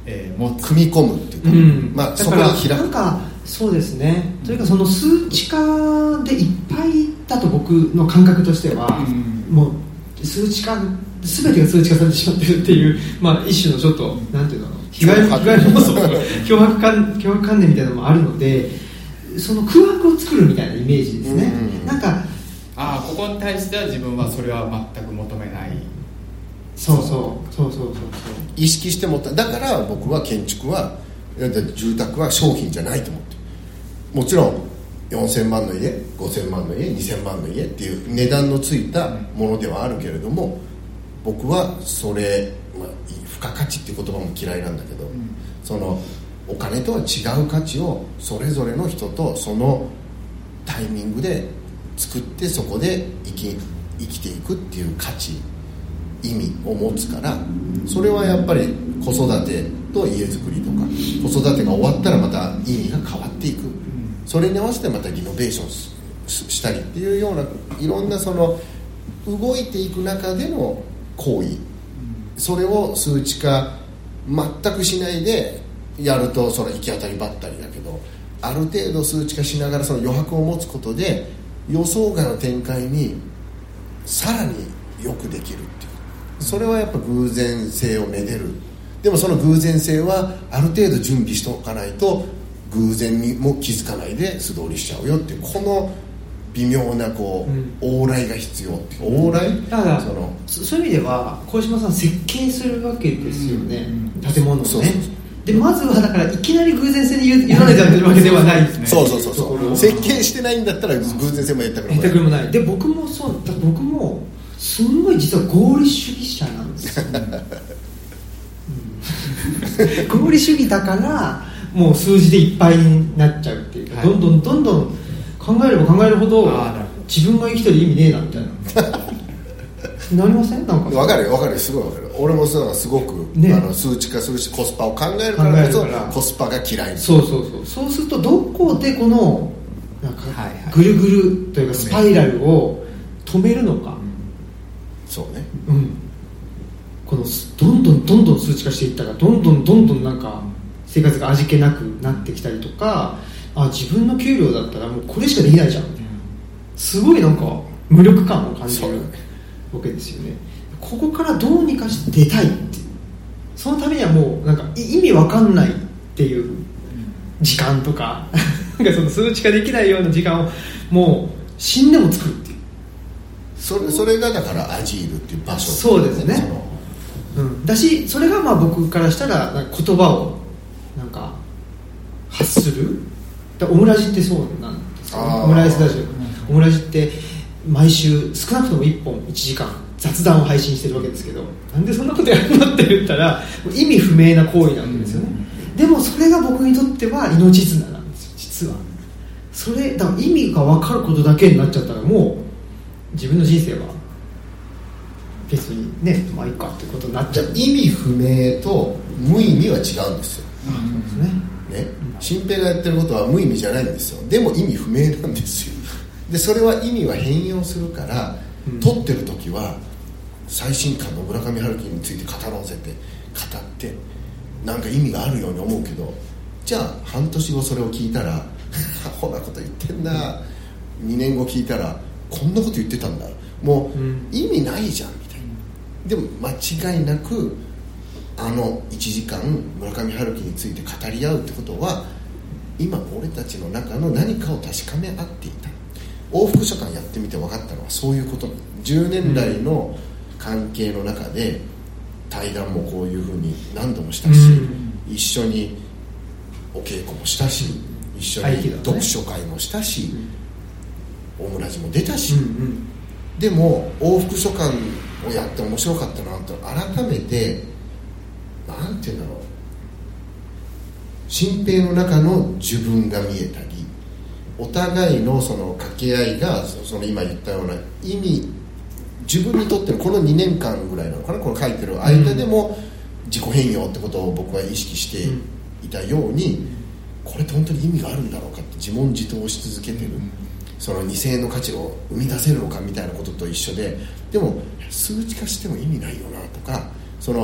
組み込むっていうか、そこに開く。 なんかそうですね、というかその数値化でいっぱいだと僕の感覚としては、もう数値化全てが数値化されてしまってるっていう、一種のちょっとなんていうの被害の要素脅迫観念みたいなのもあるので、その空白を作るみたいなイメージですね。なんかここに対しては自分はそれは全く求めない。 そう意識してだから僕は建築は住宅は商品じゃないと思ってる。もちろん4000万の家、5000万の家、2000万の家っていう値段のついたものではあるけれども、僕はそれ、付加価値っていう言葉も嫌いなんだけど、そのお金とは違う価値をそれぞれの人とそのタイミングで作って、そこで生きていくっていう価値、意味を持つから、それはやっぱり子育てと家づくりとか、子育てが終わったらまた意味が変わっていく、それに合わせてまたリノベーションしたりっていうような、いろんなその動いていく中での行為、それを数値化全くしないでやるとそれ行き当たりばったりだけど、ある程度数値化しながらその余白を持つことで予想外の展開にさらによくできるっていう、それはやっぱ偶然性をめでる。でもその偶然性はある程度準備しておかないと偶然にも気づかないで素通りしちゃうよっていう、この微妙な往来が必要っていう、往来だからそういう意味では小島さん設計するわけですよね、建物をね。でまずはだからいきなり偶然性に委ねちゃってるわけではないですね。 そう設計してないんだったら偶然性もやったくもない。 で僕もすんごい実は合理主義者なんですよ、合理主義だからもう数字でいっぱいになっちゃうっていうか、どんどん考えれば考えるほど自分が生きてる意味ねえなみたいななりません？なんか分かるすごい分かる。俺もすごく、数値化するしコスパを考えるからこそコスパが嫌い。 そうするとどこでこのなんかぐるぐるというかスパイラルを止めるのか、 そうね、 このどんどん数値化していったらどんどんなんか生活が味気なくなってきたりとか、自分の給料だったらもうこれしかできないじゃんみたいな、すごいなんか無力感を感じるわけですよね。ここからどうにかして出たいって、そのためにはもうなんか意味わかんないっていう時間とかなんかその数値化できないような時間をもう死んでも作るっていう、 それがだからアジールっていう場所。 そうですね、だしそれが僕からしたらなんか言葉をなんか発する。オムラジってそうなんですよ、オムライスラジオ、オムラジって毎週少なくとも1本1時間雑談を配信してるわけですけど、なんでそんなことやるのって言ったら意味不明な行為なわけですよね、でもそれが僕にとっては命綱なんですよ実は。それだから意味が分かることだけになっちゃったらもう自分の人生は別にねいいかってことになっちゃう。 意味不明と無意味は違うんですよ。 そうですね。 新平がやってることは無意味じゃないんですよ。でも意味不明なんですよ。でそれは意味は変容するから、撮ってる時は最新刊の村上春樹について語ろうぜって語ってなんか意味があるように思うけど、じゃあ半年後それを聞いたらアホなこと言ってんな、2年後聞いたらこんなこと言ってたんだ、もう意味ないじゃんみたいな。でも間違いなく1時間村上春樹について語り合うってことは今俺たちの中の何かを確かめ合っていた。往復書簡やってみて分かったのはそういうこと。10年来の関係の中で対談もこういうふうに何度もしたし、一緒にお稽古もしたし、一緒に読書会もしたし、オムラジも出たし、でも往復書簡をやって面白かったなと改めてなんていうんだろう、新平の中の自分が見えたり、お互いのその掛け合いがその今言ったような意味、自分にとってのこの2年間ぐらいなのかな、この書いてる間でも自己変容ってことを僕は意識していたように、これって本当に意味があるんだろうかって自問自答し続けてる、その2000円の価値を生み出せるのかみたいなことと一緒で、でも数値化しても意味ないよなとか、その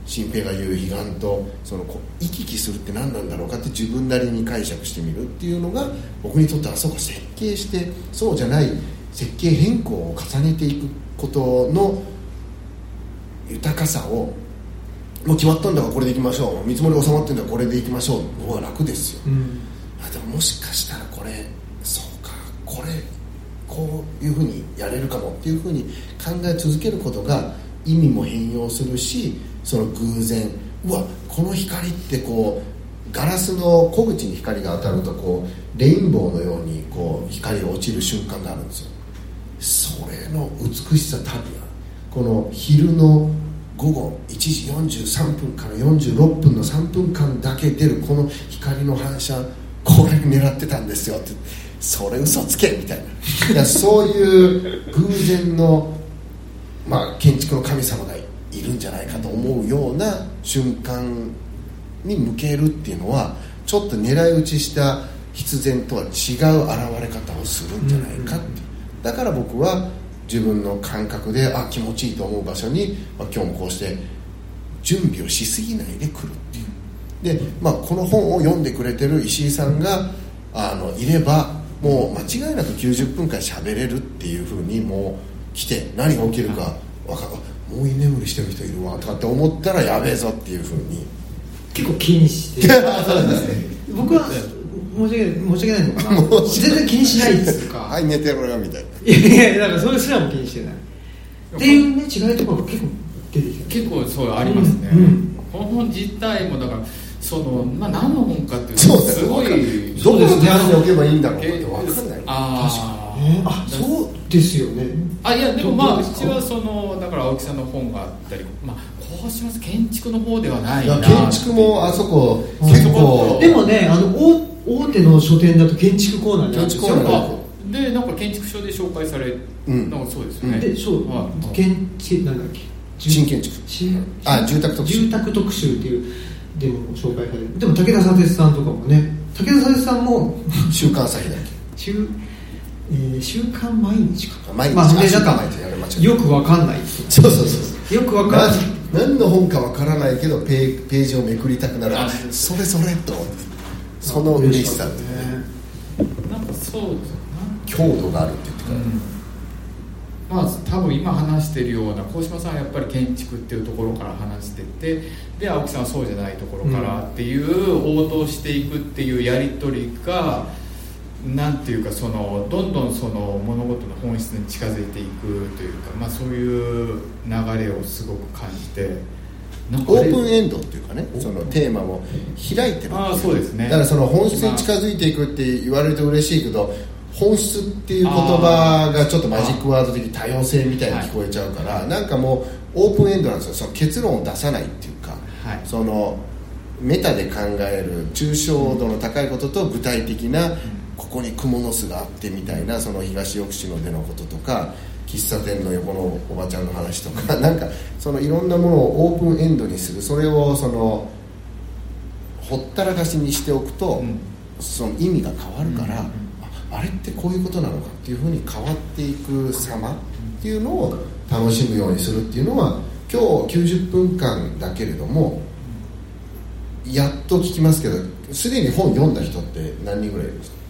新平が言う悲願とその行き来するって何なんだろうかって自分なりに解釈してみるっていうのが僕にとってはそうか設計してそうじゃない設計変更を重ねていくことの豊かさをもう決まったんだからこれでいきましょう見積もり収まってんだからこれでいきましょうの方が楽ですよ、でももしかしたらこれそうかこれこういうふうにやれるかもっていうふうに考え続けることが意味も変容するしその偶然うわこの光ってこうガラスの小口に光が当たるとこうレインボーのようにこう光が落ちる瞬間があるんですよ。それの美しさたるやこの昼の午後1時43分から46分の3分間だけ出るこの光の反射これ狙ってたんですよってそれ嘘つけみたいないやそういう偶然の、建築の神様がいるんじゃないかと思うような瞬間に向けるっていうのはちょっと狙い撃ちした必然とは違う現れ方をするんじゃないかって、だから僕は自分の感覚で気持ちいいと思う場所に、今日もこうして準備をしすぎないで来るっていうで、この本を読んでくれてる石井さんがいればもう間違いなく90分間喋れるっていう風にもう来て何が起きるか分かるもう居眠りしてる人いるわとかって思ったらやべえぞっていう風に結構気にしてそうですね僕は申し訳ないのかな全然気にしないですとかはい寝てろよみたいないやだからそれすらも気にしてないっていうね違いとかが結構出てきて結構そうありますね、この本自体もだからその、何の本かっていうとすごいどこの手に置けばいいんだろうって分かんない確かにそうですよねいやでもうちはそのだから青木さんの本があったりこうします建築の方ではないな建築もあそこ結構でもね大手の書店だと建築コーナーにあるんですよでなんか建築書で紹介されなんかそうですよねで建築なんだっけ新建築住宅特集っていうでも紹介されるでも武田砂鉄さんとかもね武田砂鉄さんも週刊朝日だっけ週刊毎日か毎日よくわかんないそうよくわかんない何の本かわからないけどページをめくりたくなるそれとその嬉しさってなんかそうですよね強度があるって言ってから多分今話してるような鴻島さんはやっぱり建築っていうところから話しててで青木さんはそうじゃないところからっていう応答していくっていうやり取りがなんていうかそのどんどんその物事の本質に近づいていくというか、そういう流れをすごく感じてなんかオープンエンドっていうかねそのテーマも開いてるそうですねだからその本質に近づいていくって言われると嬉しいけど本質っていう言葉がちょっとマジックワード的多様性みたいに聞こえちゃうからなんかもうオープンエンドなんですよその結論を出さないっていうか、そのメタで考える抽象度の高いことと具体的なここにクモの巣があってみたいなその東奥篠でのこととか喫茶店の横のおばちゃんの話とかなんかそのいろんなものをオープンエンドにするそれをそのほったらかしにしておくと、その意味が変わるから、あれってこういうことなのかっていうふうに変わっていく様っていうのを楽しむようにするっていうのは今日90分間だけれどもやっと聞きますけどすでに本読んだ人って何人ぐらいいるんですか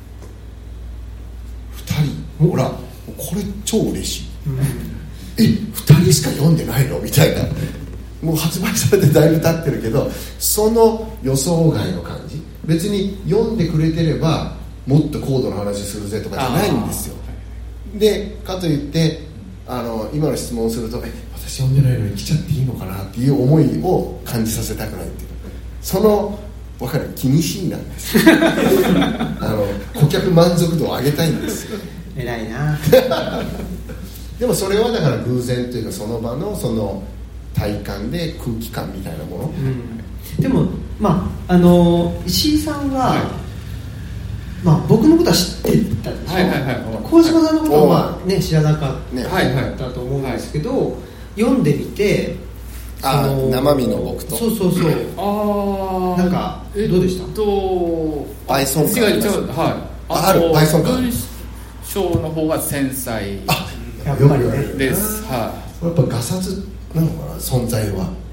2人ほらこれ超嬉しい、2人しか読んでないのみたいなもう発売されてだいぶ経ってるけどその予想外の感じ別に読んでくれてればもっと高度な話するぜとかじゃないんですよでかといって今の質問をすると私読んでないのに来ちゃっていいのかなっていう思いを感じさせたくないっていうその分かる気にしいなんです顧客満足度を上げたいんですよ偉いなでもそれはだから偶然というかその場のその体感で空気感みたいなもの、 でも石井さんは、僕のことは知ってたでしょ鴻島さんのことは、知らなかったと思うんですけど、読んでみて生身の僕とそうなんかどうでしたバイソン感あるバイソン感文章の方が繊細やっぱりねです、 やっぱガサツなのかな存在は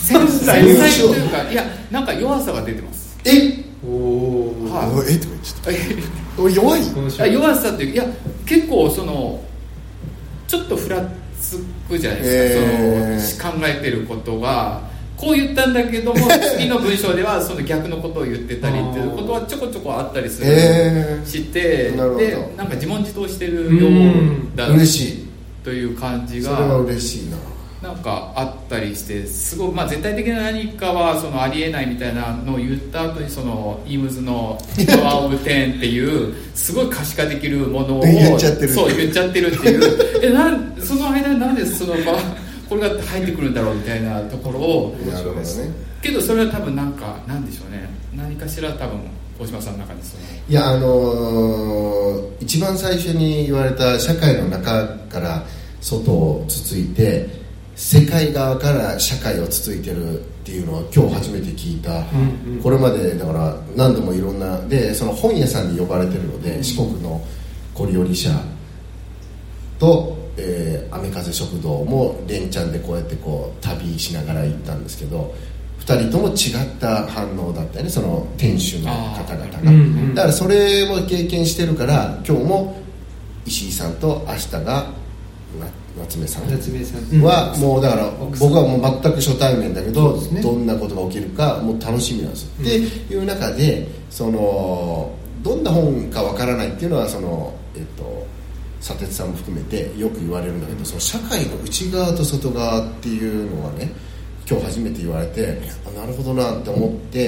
繊細というか、いやなんか弱さが出てます。 おー、 とか言っちゃった弱い弱さっていう、いや結構そのちょっとふらつくじゃないですか、その考えてることがこう言ったんだけども次の文章ではその逆のことを言ってたりっていうことはちょこちょこあったりする、してでなんか自問自答してるようだ嬉しいという感じが、 それは嬉しいな、 なんかあったりして、すごい、絶対的な何かはそのありえないみたいなのを言った後にそのイームズのパワーオブ10っていうすごい可視化できるものを言っちゃってるっていうその間になんでそのこれが入ってくるんだろうみたいなところを、 なるほどね、 けどそれは多分なんでしょうね、何かしら多分大島さんの中にいや一番最初に言われた社会の中から外をつついて世界側から社会をつついてるっていうのは今日初めて聞いた、これまでだから何度もいろんなでその本屋さんに呼ばれてるので、四国の小料社と、雨風食堂も連チャンでこうやって旅しながら行ったんですけど、2人とも違った反応だったよね、その店主の方々が、だからそれも経験してるから、今日も石井さんと明日が夏目さんはもうだから僕はもう全く初対面だけど、どんなことが起きるかもう楽しみなんですよ、っていう中でそのどんな本かわからないっていうのはその佐哲さんも含めてよく言われるんだけど、その社会の内側と外側っていうのはね、今日初めて言われて、なるほどなって思って、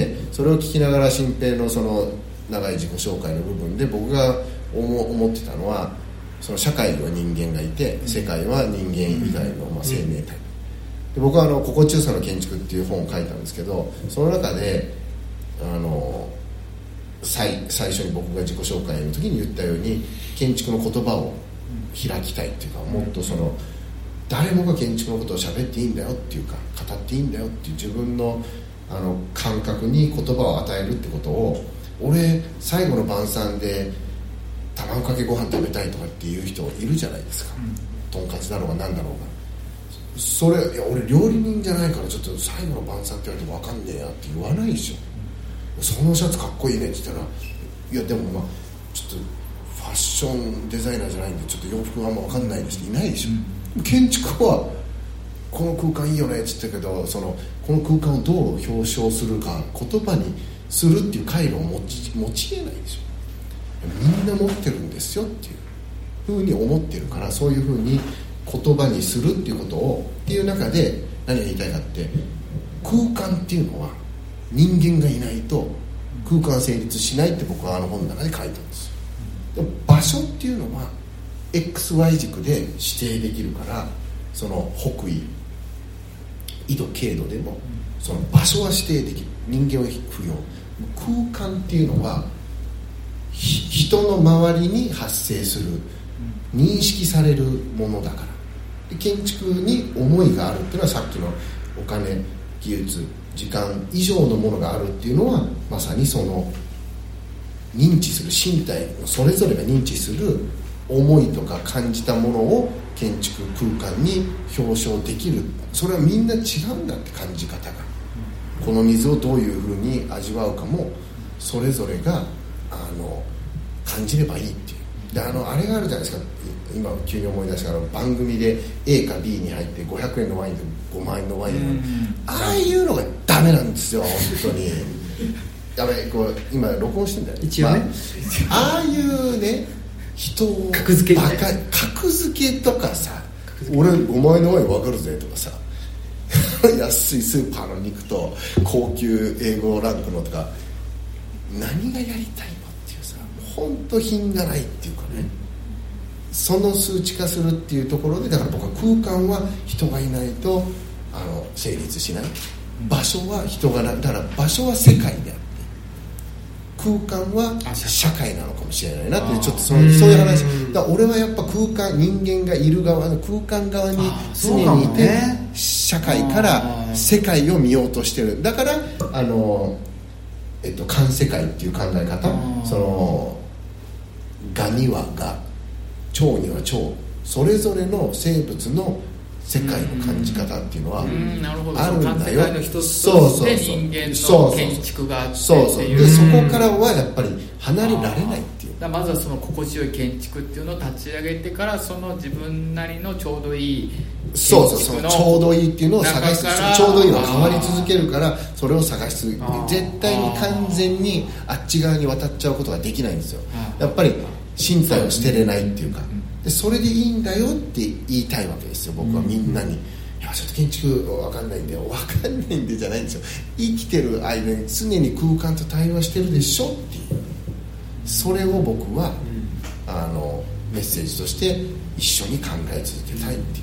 それを聞きながら新平のその長い自己紹介の部分で僕が思ってたのは、その社会には人間がいて世界は人間以外の生命体で、僕は心地よさの建築っていう本を書いたんですけど、その中で最初に僕が自己紹介の時に言ったように、建築の言葉を開きたいっていうか、もっとその誰もが建築のことを喋っていいんだよっていうか、語っていいんだよっていう自分の感覚に言葉を与えるってことを、俺最後の晩餐で卵かけご飯食べたいとかっていう人いるじゃないですか、とんかつだろうが何だろうが、それいや俺料理人じゃないからちょっと最後の晩餐って言われて分かんねえやって言わないでしょ。そのシャツかっこいいねって言ったら、いやでもちょっとファッションデザイナーじゃないんでちょっと洋服あんま分かんないですっていないでしょ、建築はこの空間いいよねって言ったけど、この空間をどう表彰するか、言葉にするっていう回路を持ち得ないでしょ。みんな持ってるんですよっていうふうに思ってるから、そういうふうに言葉にするっていうことをっていう中で何が言いたいかって、空間っていうのは人間がいないと空間成立しないって僕は本の中で書いたんですよ。でも場所っていうのは XY 軸で指定できるから、その北緯緯度経度でもその場所は指定できる、人間は不要。空間っていうのは人の周りに発生する、認識されるものだから。で建築に思いがあるっていうのは、さっきのお金、技術、時間以上のものがあるっていうのは、まさにその認知する身体のそれぞれが認知する思いとか感じたものを建築空間に表彰できる。それはみんな違うんだって、感じ方が。この水をどういうふうに味わうかもそれぞれが感じればいいっていう。であれがあるじゃないですか、今急に思い出したから、番組で A か B に入って500円のワインと5万円のワイン、ああいうのがダメなんですよ本当に。やべえ、今録音してんだよね一応ね、 ああいうね、人を格付け格付けとかさ、俺5万円のワイン分かるぜとかさ安いスーパーの肉と高級A5ランクのとか、何がやりたいのっていうさ、本当品がないっていうかね、その数値化するっていうところで、だから僕は空間は人がいないと成立しない、場所は人がない、だから場所は世界であって空間は社会なのかもしれないなっていう、ちょっとそういう話だから。俺はやっぱ空間、人間がいる側の空間側に常にいて、社会から世界を見ようとしてる。だから環世界っていう考え方、その蛾には蛾、蝶には蝶、それぞれの生物の世界の感じ方っていうのはあるんだよ。 世界の一つとして人間の建築があってっていう。 でそこからはやっぱり離れられないっていう。 まずはその心地よい建築っていうのを立ち上げてから、その自分なりのちょうどいいそうちょうどいいっていうのを探し、ちょうどいいは変わり続けるから、それを探し続けて、絶対に完全にあっち側に渡っちゃうことができないんですよ。やっぱり身体を捨てれないっていうか、でそれでいいんだよって言いたいわけですよ、僕はみんなに。いやちょっと建築分かんないんでじゃないんですよ。生きてる間に常に空間と対話してるでしょっていう、それを僕はメッセージとして一緒に考え続けたいっていう、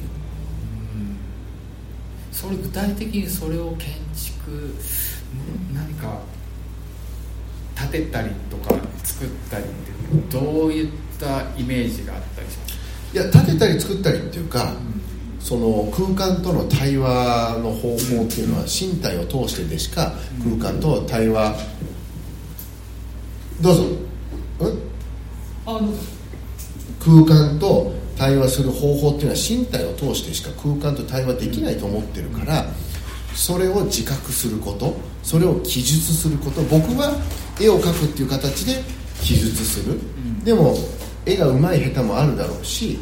それ具体的にそれを建築何か建てたりとか作ったりってどういったイメージがあったりしますか？ いや建てたり作ったりっていうか、その空間との対話の方法っていうのは身体を通してでしか空間と対話、どうぞ。空間と対話する方法っていうのは身体を通してしか空間と対話できないと思ってるから、それを自覚すること、それを記述すること、僕は絵を描くっていう形で記述する、でも絵が上手い下手もあるだろうし、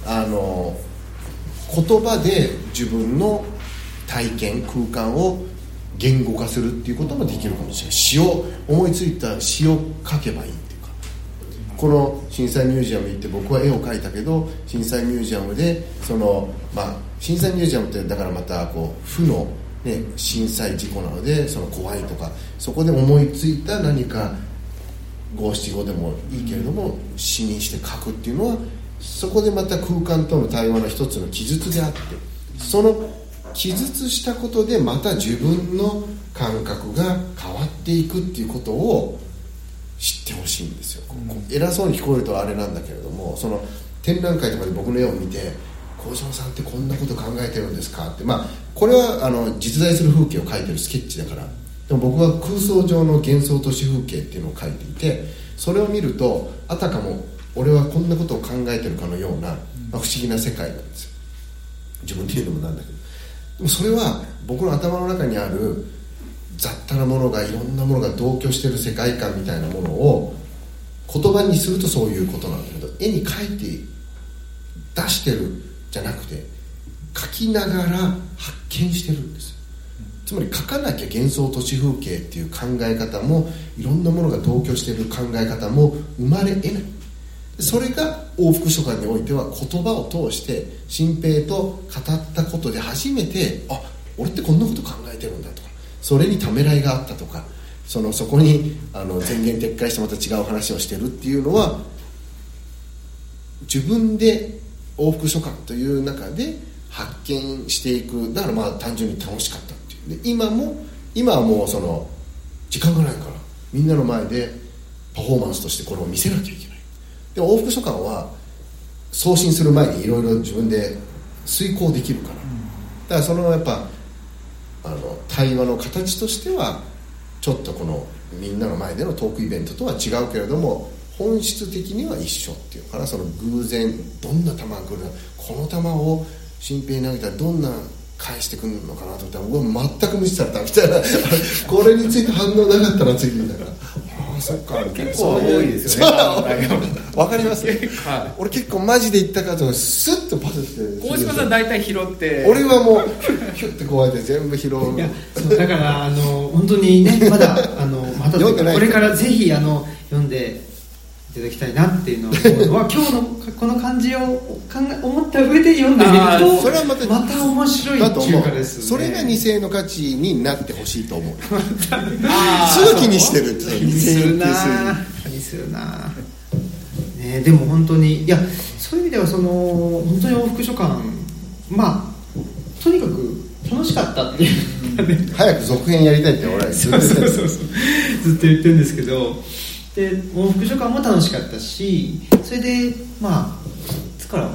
言葉で自分の体験空間を言語化するっていうこともできるかもしれない。詩を思いついた詩を書けばいいっていうか、この震災ミュージアム行って僕は絵を描いたけど、震災ミュージアムで震災ミュージアムってだからまた負の、ね、震災事故なのでその怖いとか、そこで思いついた何か五七五でもいいけれども詩にして書くっていうのは、そこでまた空間との対話の一つの記述であって、その記述したことでまた自分の感覚が変わっていくっていうことを知ってほしいんですよ。偉そうに聞こえるとあれなんだけれども、その展覧会とかで僕の絵を見て、鴻島さんってこんなこと考えてるんですかって、これは実在する風景を描いてるスケッチだから、でも僕は空想上の幻想都市風景っていうのを描いていて、それを見るとあたかも俺はこんなことを考えてるかのような、不思議な世界なんですよ。自分で言うのもなんだけど、でもそれは僕の頭の中にある雑多なものが、いろんなものが同居してる世界観みたいなものを言葉にするとそういうことなんだけど、絵に描いて出してるじゃなくて描きながら発見してるんですよ。つまり描かなきゃ幻想都市風景っていう考え方も、いろんなものが同居している考え方も生まれ得ない。それが往復書簡においては言葉を通して新平と語ったことで初めて、あ、俺ってこんなこと考えてるんだとか、それにためらいがあったとか、そこに前言撤回してまた違う話をしてるっていうのは、自分で往復書簡という中で発見していく。だから単純に楽しかったっていう。で今はもう時間がないからみんなの前でパフォーマンスとしてこれを見せなきゃいけない。で往復書簡は送信する前にいろいろ自分で遂行できるから、だからやっぱ対話の形としてはちょっとこのみんなの前でのトークイベントとは違うけれども、本質的には一緒っていうかな。偶然どんな球が来るの、この球を新平に投げたらどんな返してくるのかなと思ったら、全く無視されたみたいなこれについて反応なかったな次みたいな。ああそっか、 結構多いですよね。 わかります、俺結構マジで言ったかとスッとパスして鴻島さん大体拾って、 俺はもうヒュッてこうやって全部拾う。 いやそうだから本当にね、まだまたこれからぜひ読んでいただきたいなっていうのは今日のこの感じを思った上で読んでみると、 それはまた面白いっていうかですね。 それが2000円の価値になってほしいと思う。すぐ気にしてる。 気にするな、ね。でも本当に、いやそういう意味では本当に往復書簡、とにかく楽しかったっていう早く続編やりたいって俺はずっと言ってる。 ずっと言ってるんですけど、で往復書簡も楽しかったし、それでいつから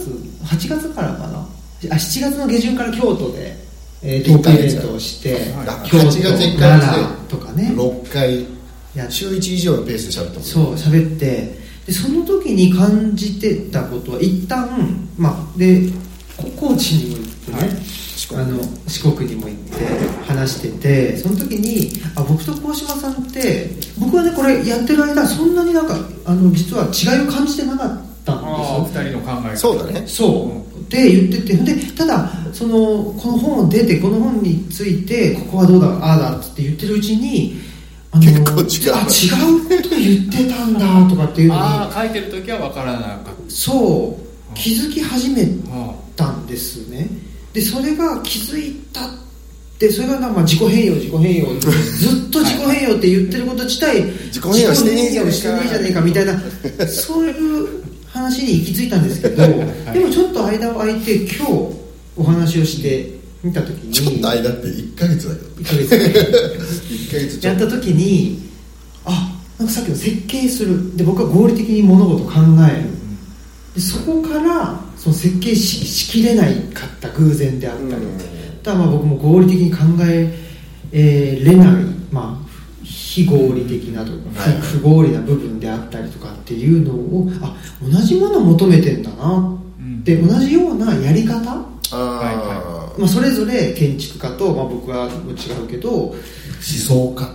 8月からかな、7月の下旬から京都でトークイベントをして、 京都、奈良とかね 6回週1以上のペースで喋ったもんね。 そう喋って、でその時に感じてたことは一旦で高知にも行ってね四国にも行って話してて、その時に僕と鴻島さんって僕はねこれやってる間そんなになんか実は違いを感じてなかったんですよ。 2人の考え方。 そうだね。 そうって言ってて、でただこの本を出てこの本についてここはどうだああだって言ってるうちに結構違うこと言ってたんだとかっていうのに書いてる時は分からなかった。 そう気づき始めたんですね。でそれが気づいたってそれが自己変容ずっと自己変容って言ってること自体自己変容してねえじゃねえかみたいなそういう話に行き着いたんですけど、でもちょっと間を空いて今日お話をしてみた時にちょっと間って1ヶ月だけど 1ヶ月 1ヶ月やった時になんかさっきの設計するで僕は合理的に物事を考えるでそこからその設計 しきれないかった偶然であったり、ただ僕も合理的に考えれない、非合理的なとか、不合理な部分であったりとかっていうのを同じものを求めてんだなって、同じようなやり方、それぞれ建築家と、僕は違うけど思想家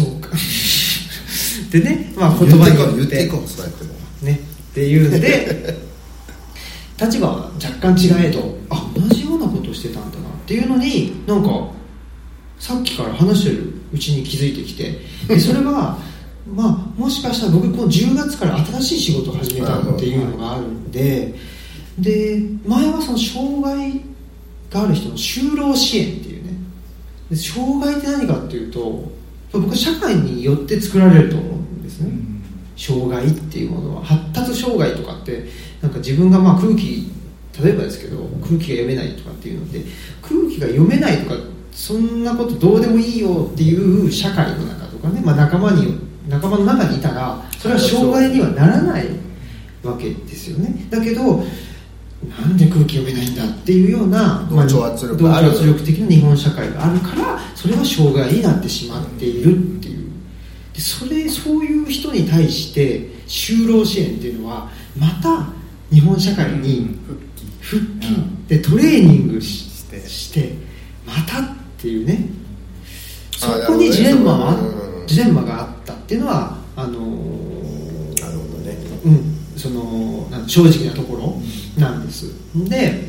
でね、言葉によって言っていこうそうやってもねっていうんで立場は若干違えど同じようなことをしてたんだなっていうのになんかさっきから話してるうちに気づいてきて、でそれはもしかしたら僕この10月から新しい仕事を始めたっていうのがあるんで、で前はその障害がある人の就労支援っていうね、で障害って何かっていうと僕は社会によって作られると思うんですね、障害っていうものは。発達障害とかってなんか自分が空気例えばですけど空気が読めないとかっていうので空気が読めないとかそんなことどうでもいいよっていう社会の中とかね、仲間の中にいたらそれは障害にはならないわけですよね。だけどなんで空気読めないんだっていうような同調圧力的な日本社会があるからそれは障害になってしまっているっていう。でそういう人に対して就労支援っていうのはまた日本社会に復帰でトレーニングしてまたっていうね、そこにジレンマがあったっていうのはなるほどね、 その正直なところなんです。で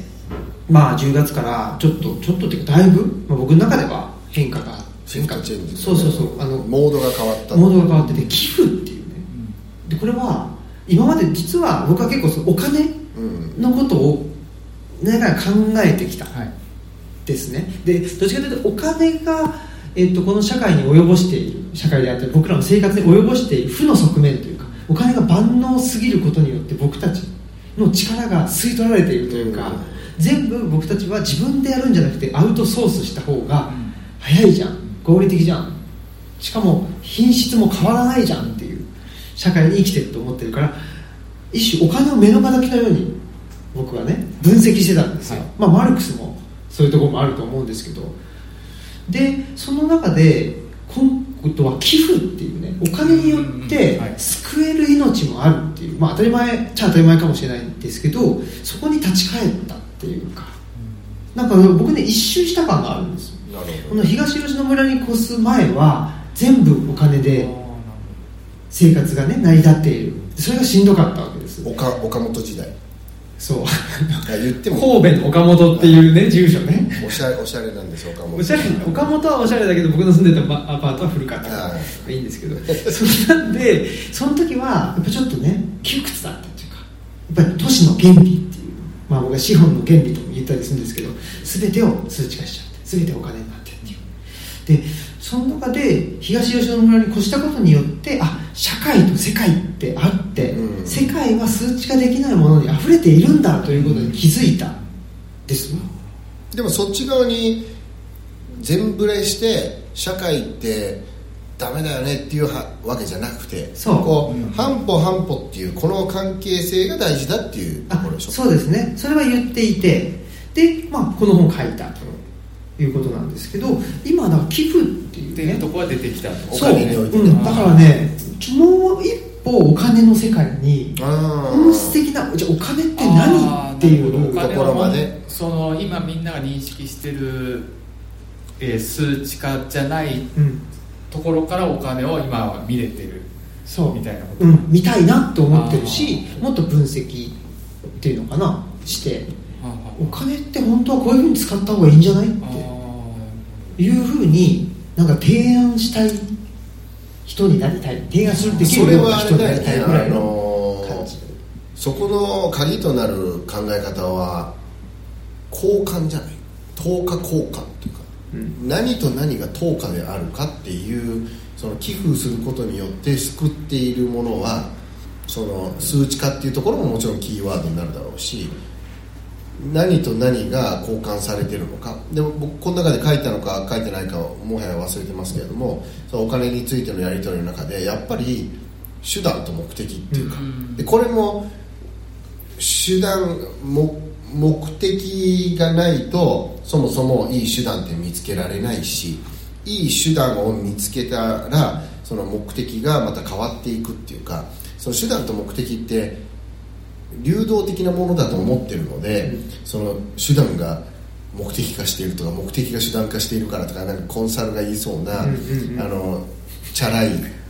10月からちょっとっていうかだいぶ、僕の中では変化がシフトチェンジ、 そうモードが変わってて寄付っていうね、でこれは今まで実は僕は結構そのお金のことを何回か考えてきたですね。でどっちかというとお金が、この社会に及ぼしている社会であったり僕らの生活に及ぼしている負の側面というか、お金が万能すぎることによって僕たちの力が吸い取られているというか、全部僕たちは自分でやるんじゃなくてアウトソースした方が早いじゃん、合理的じゃん、しかも品質も変わらないじゃんっていう社会に生きてると思ってるから、一種お金を目の敵のように僕はね分析してたんですよ、マルクスもそういうところもあると思うんですけど、でその中で今度は寄付っていうね、お金によって救える命もあるっていう、当たり前っちゃ当たり前かもしれないんですけど、そこに立ち返ったっていうか、なんか僕ね一周した感があるんですよ。この東吉野村に越す前は全部お金で生活がね成り立っている、それがしんどかったわけです。 岡本時代、 そう言っても神戸の岡本っていうね住所ね、 おしゃれなんですよ岡本。 岡本はおしゃれだけど僕の住んでたアパートは古かったからいいんですけどそんなんでその時はやっぱちょっとね窮屈だったっていうか、やっぱり都市の原理っていう、僕は資本の原理とも言ったりするんですけど、全てを数値化しちゃって全てお金になってっていうで、その中で東吉野村に越したことによって社会と世界ってあって、世界は数値化できないものに溢れているんだということに気づいたです。 でもそっち側に全振れして社会ってダメだよねっていうわけじゃなくて、半歩半歩っていうこの関係性が大事だっていうところでしょ。 そうですね、それは言っていて、で、この本を書いたということなんですけど、今だから寄付っていうねところが出てきた。 お金において、だからねもう一歩お金の世界に本質的な、じゃあお金って何っていうところまでその今みんなが認識してる、数値化じゃないところからお金を今は見れてるみたいなこと、 見たいなと思ってるし、もっと分析っていうのかなして、お金って本当はこういうふうに使った方がいいんじゃないっていうふうになんか提案したい人になりたい、提案するできるような人になりたいぐらいの感じ。 そこの鍵となる考え方は交換じゃない、等価交換っていうか、何と何が等価であるかっていう、その寄付することによって救っているものは、その数値化っていうところももちろんキーワードになるだろうし、何と何が交換されているのか。でも僕この中で書いたのか書いてないかはもはや忘れてますけれども、そのお金についてのやり取りの中でやっぱり手段と目的っていうか、でこれも手段目的がないとそもそもいい手段って見つけられないし、いい手段を見つけたらその目的がまた変わっていくっていうか、その手段と目的って流動的なものだと思ってるので、その手段が目的化しているとか目的が手段化しているからとか、なんかコンサルが言いそうな、チャラいね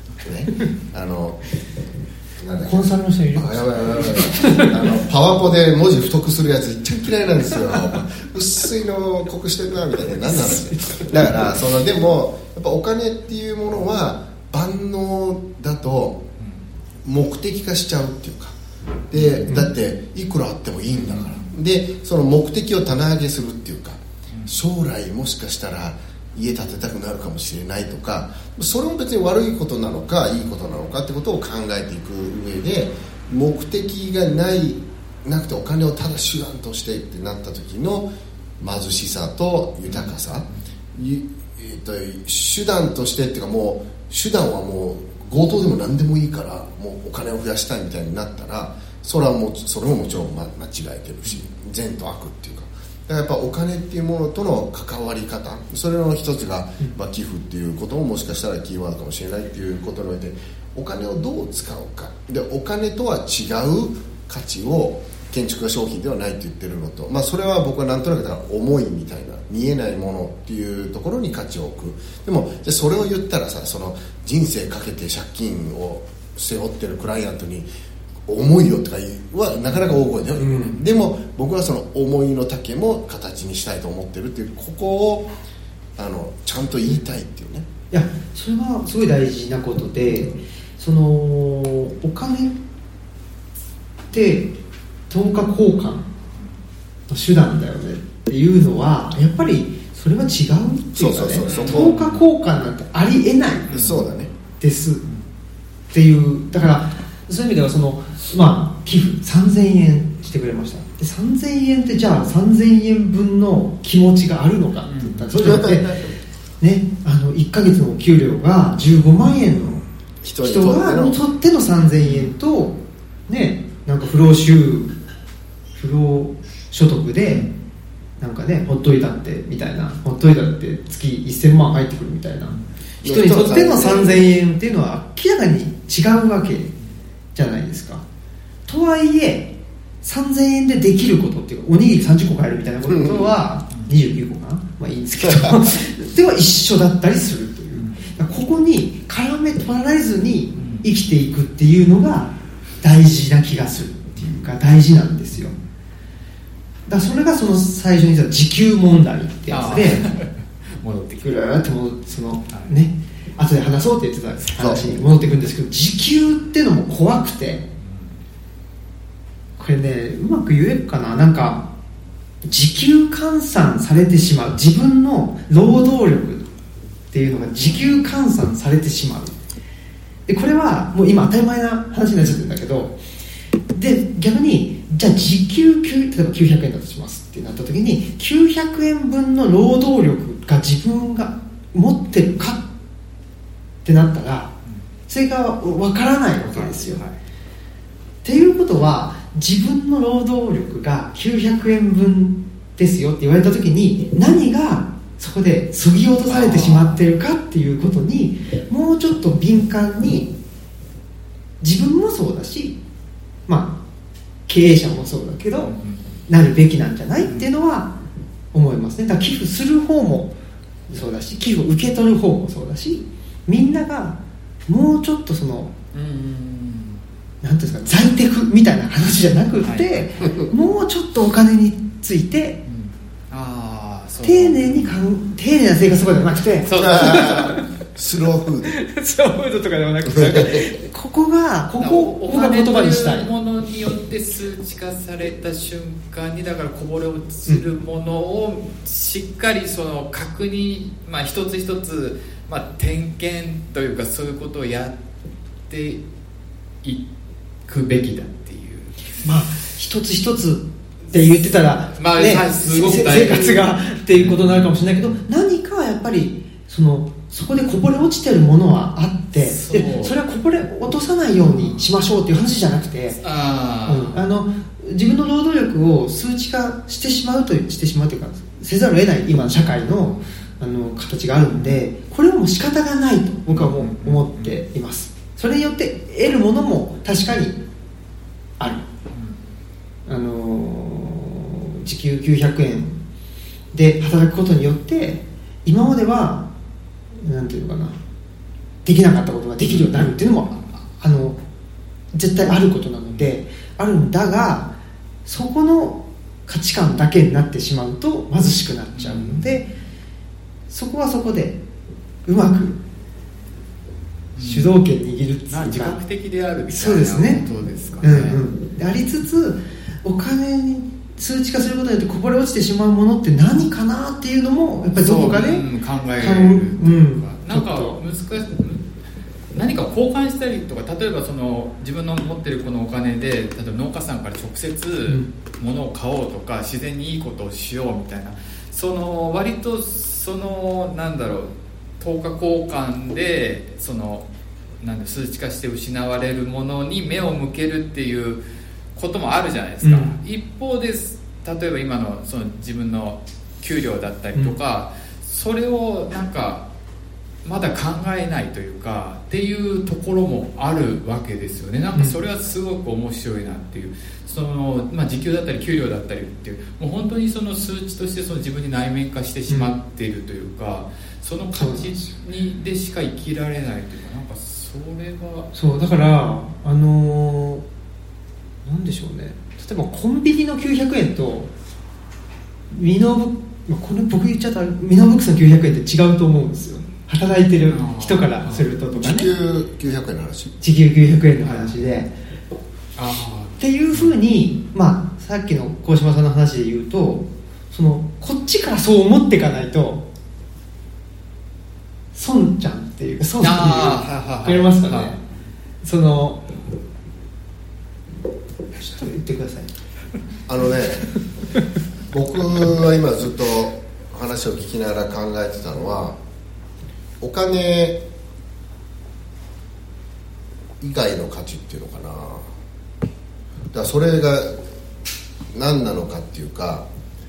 コンサルの人いるかやばいパワポで文字太くするやつ一番嫌いなんですよ薄いの濃くしてるなみたいな、何なんですよ。だからそのでもやっぱお金っていうものは万能だと目的化しちゃうっていうか、でだっていくらあってもいいんだから、でその目的を棚上げするっていうか、将来もしかしたら家建てたくなるかもしれないとか、それも別に悪いことなのかいいことなのかってことを考えていく上で、目的がなくてお金をただ手段としてってなった時の貧しさと豊かさ、手段としてっていうか、もう手段はもう強盗でも何でもいいからもうお金を増やしたいみたいになったら、それももちろん間違えてるし、善と悪っていうか、だからやっぱお金っていうものとの関わり方、それの一つが、寄付っていうことももしかしたらキーワードかもしれないっていうことにおいて、お金をどう使うかで、お金とは違う価値を建築が商品ではないって言ってるのと、それは僕はなんとなくだから思いみたいな見えないものっていうところに価値を置く。でもじゃそれを言ったらさ、その人生かけて借金を背負ってるクライアントに思いよとかはなかなか大声では言う、でも僕はその思いの丈も形にしたいと思ってるっていう、ここをちゃんと言いたいっていうね。 いや、それはすごい大事なことで、そのお金って等価交換の手段だよねっていうのは、やっぱりそれは違うっていうかね、等価交換なんてありえないですっていう、だからそういう意味ではその、寄付3000円してくれました。で3000円ってじゃあ3000円分の気持ちがあるのかって言ったら、そうじゃなくてね、1ヶ月のお給料が15万円の人がにとっての3000円とね、なんか不労所得でなんかね、ほっといたってみたいな、ほっといたって月1000万入ってくるみたいな人にとっての3000円っていうのは明らかに違うわけじゃないですか。とはいえ3000円でできることっていうか、おにぎり30個買えるみたいなことは29個かな、いいんですけどでは一緒だったりするという、ここに絡め取られずに生きていくっていうのが大事な気がするっていうか、大事なんですよ。だからそれがその最初に言った時給問題ってやつで戻ってくるってそのね、後で話そうって言ってた話に戻ってくるんですけど、時給っていうのも怖くて、これね、うまく言えるかな、なんか時給換算されてしまう、自分の労働力っていうのが時給換算されてしまう。でこれはもう今当たり前な話になっちゃってるんだけど、で逆にじゃあ時給例えば900円だとしますってなった時に、900円分の労働力が自分が持ってるかってなったら、それが分からないわけですよ、っていうことは、自分の労働力が900円分ですよって言われた時に、何がそこで削ぎ落とされてしまっているかっていうことにもうちょっと敏感に、自分もそうだし、経営者もそうだけど、 なるべきなんじゃないっていうのは思いますね。だから寄付する方もそうだし、寄付を受け取る方もそうだし、みんながもうちょっとそのなんていうんですか、在テクみたいな話じゃなくって、はい、もうちょっとお金について、丁寧な生活とかではなくて、 スローフードスローフードとかではなくてここが言葉にしたい。 お金というものによって数値化された瞬間に、だからこぼれ落ちるものをしっかりその確認、一つ一つ、点検というかそういうことをやっていくべきだっていう、 一つ一つって言ってたら、 すごく生活がっていうことになるかもしれないけど、何かはやっぱりそこでこぼれ落ちてるものはあって、それはこぼれ落とさないようにしましょうっていう話じゃなくて、自分の労働力を数値化してしまうというかせざるを得ない今の社会の形があるんで、これはもう仕方がないと僕はもう思っています。それによって得るものも確かにある。時給900円で働くことによって今まではなんていうのかな、できなかったことができるようになるっていうのも絶対あることなのであるんだが、そこの価値観だけになってしまうと貧しくなっちゃうので、そこはそこでうまく主導権握るっていうか、 自覚的であるみたいなそうですね、 ことですかね。 ありつつお金に数値化することによってこぼれ落ちてしまうものって何かなっていうのもやっぱりどこかで、 考えるというか、なんか難しい、何か交換したりとか、例えばその自分の持ってるこのお金で、例えば農家さんから直接物を買おうとか、自然にいいことをしようみたいな、割となんだろう、等価交換で数値化して失われるものに目を向けるっていうこともあるじゃないですか、一方で例えば今の自分の給料だったりとか、それをなんかまだ考えないというかっていうところもあるわけですよね。なんかそれはすごく面白いなっていう、時給だったり給料だったりっていう、もう本当にその数値として自分に内面化してしまっているというか、その価値でしか生きられないというか、なんかそれがそうだからなんでしょうね、例えばコンビニの900円とこれ僕言っちゃったミノブックスの900円って違うと思うんですよ。働いてる人からするととかね、 時給900円の話、 時給900円の話でっていうふうに、さっきの鴻島さんの話で言うと、こっちからそう思っていかないと損ちゃんっていうか、損っていうわかりますかね。ちょっと言ってください。 僕は今ずっと話を聞きながら考えてたのは、お金以外の価値っていうのかな、だからそれが何なのかっていうか、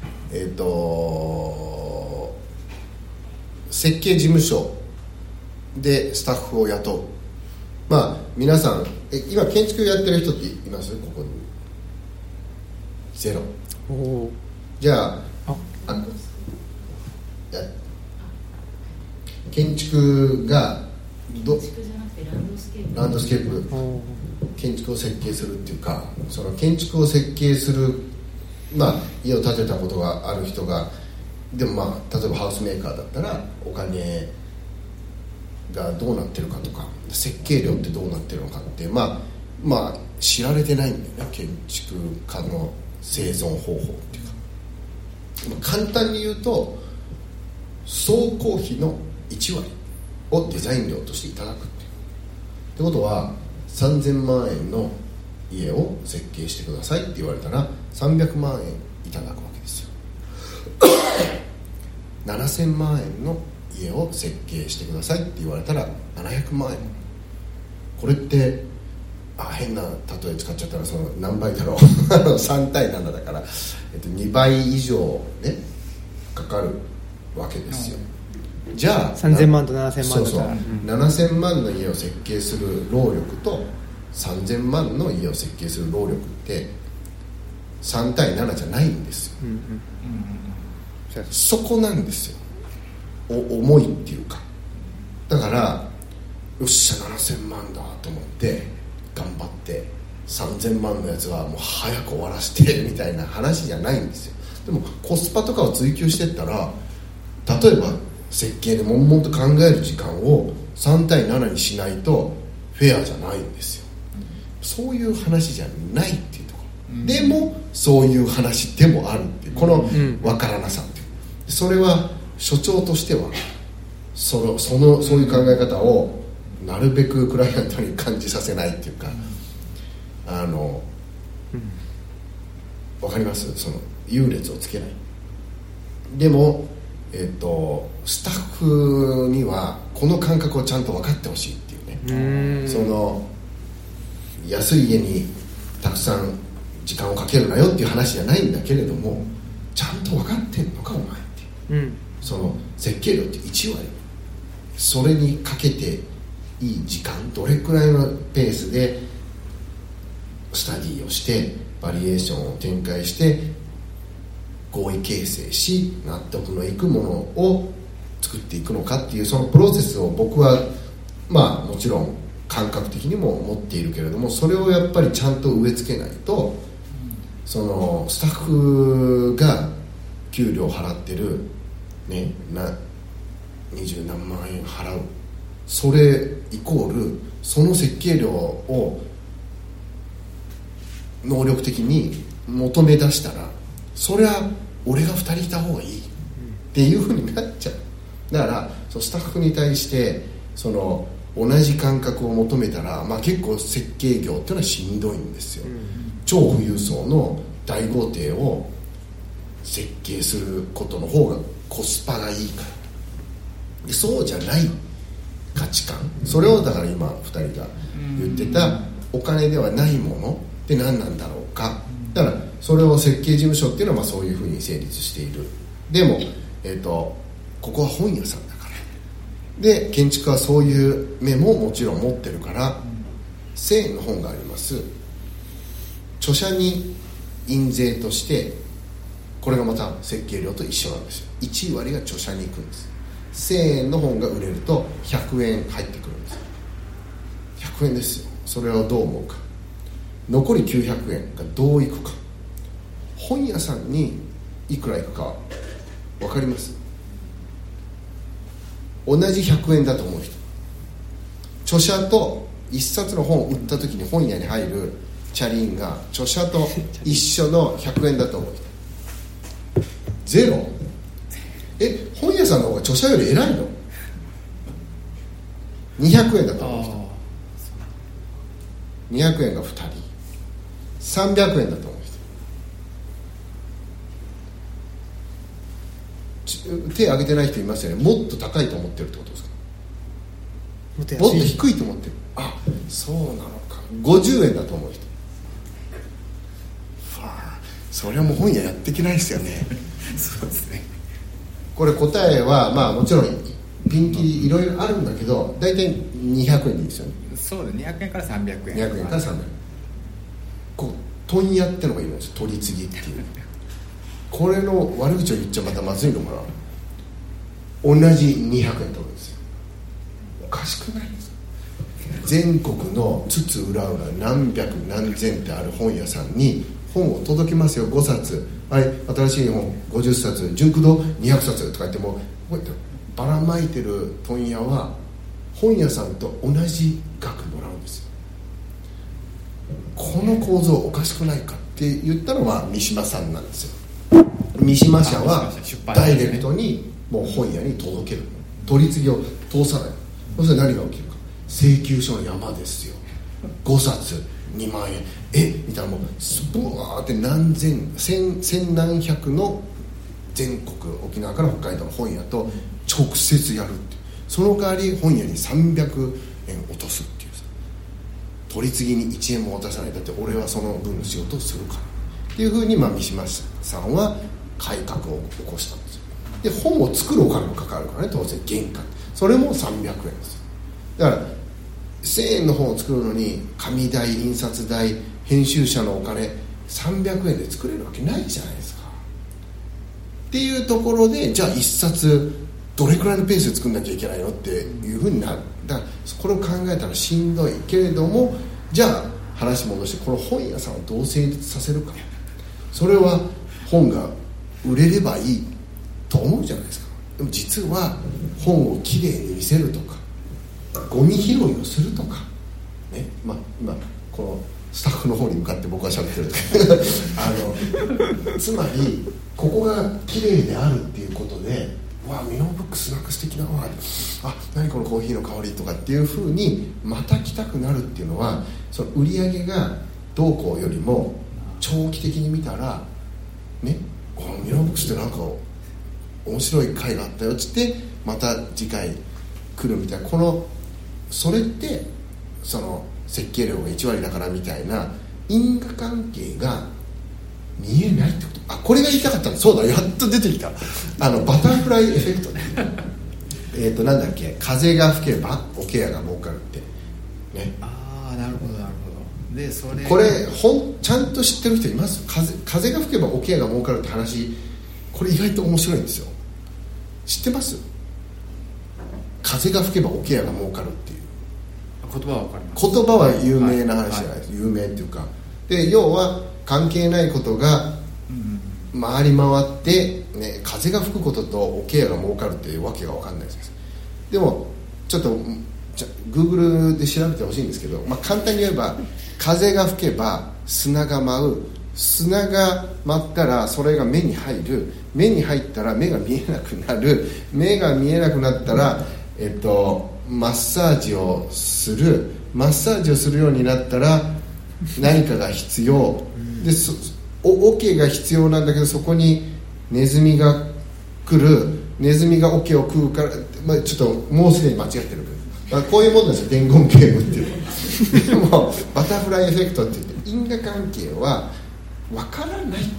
設計事務所でスタッフを雇う、皆さん今建築やってる人っています？ここにゼロ。じゃあ建築がランドスケープ建築を設計するっていうか、その建築を設計する、家を建てたことがある人が、でも例えばハウスメーカーだったらお金がどうなってるかとか、設計料ってどうなってるのかって、知られてないんだよね、建築家の生存方法っていうか。簡単に言うと、総工費の1割をデザイン料としていただくってことは、3000万円の家を設計してくださいって言われたら300万円いただくわけですよ。7000万円の家を設計してくださいって言われたら700万円。これって変な例え使っちゃったら何倍だろう3対7だから、2倍以上ねかかるわけですよ。じゃあ 3000万と7000万だったら、 そう7000万の家を設計する労力と3000万の家を設計する労力って 3対7じゃないんですよ、そこなんですよ、重いっていうか。だからよっしゃ7000万だと思って頑張って3000万のやつはもう早く終わらせてみたいな話じゃないんですよ。でもコスパとかを追求していったら、例えば設計で悶々と考える時間を3対7にしないとフェアじゃないんですよ。そういう話じゃないっていうところ、でもそういう話でもあるっていうこの分からなさっていう、それは所長としてはそういう考え方をなるべくクライアントに感じさせないっていうか、分かります？その優劣をつけない。でもスタッフにはこの感覚をちゃんと分かってほしいっていうね。その安い家にたくさん時間をかけるなよっていう話じゃないんだけれども、ちゃんと分かってんのかお前っていう、その設計料って1割、それにかけていい時間、どれくらいのペースでスタディをしてバリエーションを展開して合意形成し納得のいくものを作っていくのかっていう、そのプロセスを僕はまあもちろん感覚的にも持っているけれども、それをやっぱりちゃんと植え付けないと、そのスタッフが給料払ってるね、20何万円払う、それイコールその設計料を能力的に求め出したら、それは俺が2人いた方がいいっていうふうになっちゃう。だからスタッフに対してその同じ感覚を求めたら、まあ、結構設計業っていうのはしんどいんですよ、超富裕層の大豪邸を設計することの方がコスパがいいから。でそうじゃない価値観、それをだから今2人が言ってたお金ではないものって何なんだろうか。だからそれを設計事務所っていうのはまあそういうふうに成立している。でも、ここは本屋さんだから、で建築はそういう目ももちろん持ってるから、1000円の本があります。著者に印税として、これがまた設計料と一緒なんですよ。1割が著者に行くんです。1000円の本が売れると100円入ってくるんです。100円ですよ。それをどう思うか。残り900円がどういくか。本屋さんにいくらいくか分かります？同じ100円だと思う人、著者と一冊の本を売った時に本屋に入るチャリンが著者と一緒の100円だと思う人、ゼロ？本屋さんの方が著者より偉いの？200円だと思う人、200円が2人、300円だと思う人、手挙げてない人いますよね。もっと高いと思ってるってことですか？もっと低いと思ってる。あ、そうなのか。50円だと思う人、それはもう本屋やっていけないですよねそうですね。 これ答えはまあもちろんピンキリいろいろあるんだけど、大体200円でいいですよね。 そうだ、200円から300円、 200円から300円。こう問屋ってのがいるんですよ、取り次ぎっていうこれの悪口を言っちゃまたまずいのかな。同じ200円取るんですよ。おかしくないですか？全国の津々浦々何百何千ってある本屋さんに本を届けますよ。5冊、はい、新しい本50冊、熟読200冊とか言っても、こうやってばらまいてる問屋は本屋さんと同じ額もらうんですよ。この構造おかしくないかって言ったのは三島さんなんですよ。三島社はダイレクトにもう本屋に届ける、取り次ぎを通さない。そして何が起きるか、請求書の山ですよ。5冊2万円、みたいな、もうブワーって何千何百の全国、沖縄から北海道の本屋と直接やるって、その代わり本屋に300円落とすっていうさ、取り次ぎに1円も渡さない。だって俺はその分の仕事をするからっていうふうに、三島さんは改革を起こしたんですよ。で本を作るお金もかかるからね、当然原価、それも300円ですよ。だから1000円の本を作るのに紙代、印刷代、編集者のお金 300円で作れるわけないじゃないですかっていうところで、じゃあ1冊どれくらいのペースで作んなきゃいけないのっていうふうになる。だからこれを考えたらしんどいけれども、じゃあ話戻してこの本屋さんをどう成立させるか、それは本が売れればいいと思うじゃないですか。でも実は本をきれいに見せるとかゴミ拾いをするとかね、今このスタッフの方に向かって僕は喋ってるんですけどつまりここがきれいであるっていうことで、わあミノブックスなんか素敵だわ、あ何このコーヒーの香りとかっていうふうにまた来たくなるっていうのは、その売り上げがどうこうよりも長期的に見たらね、このミノブックスってなんか面白い回があったよっつってまた次回来るみたいな、それってその設計料が1割だからみたいな因果関係が見えないってこと。これが言いたかったの。そうだ、やっと出てきた。バタフライエフェクトねなんだっけ、風が吹けば桶屋が儲かるってね。 ああ、なるほどなるほど。でそれこれちゃんと知ってる人います？風が吹けば桶屋が儲かるって話、これ意外と面白いんですよ。知ってます？風が吹けば桶屋が儲かるっていう言葉は分かります。 言葉は有名な話じゃないです、有名っていうか、で要は関係ないことが回り回って、ね、風が吹くことと桶屋が儲かるっていうわけが分かんないです。でもちょっとGoogle で調べてほしいんですけど、簡単に言えば風が吹けば砂が舞う、砂が舞ったらそれが目に入る、目に入ったら目が見えなくなる、目が見えなくなったらマッサージをする、マッサージをするようになったら何かが必要で、桶が必要なんだけど、そこにネズミが来る、ネズミが桶を食うから、ちょっともうすでに間違ってるけど、こういうもんなんですよ、伝言ゲームっていうのは。でもバタフライエフェクトって言って因果関係は分からないっていう。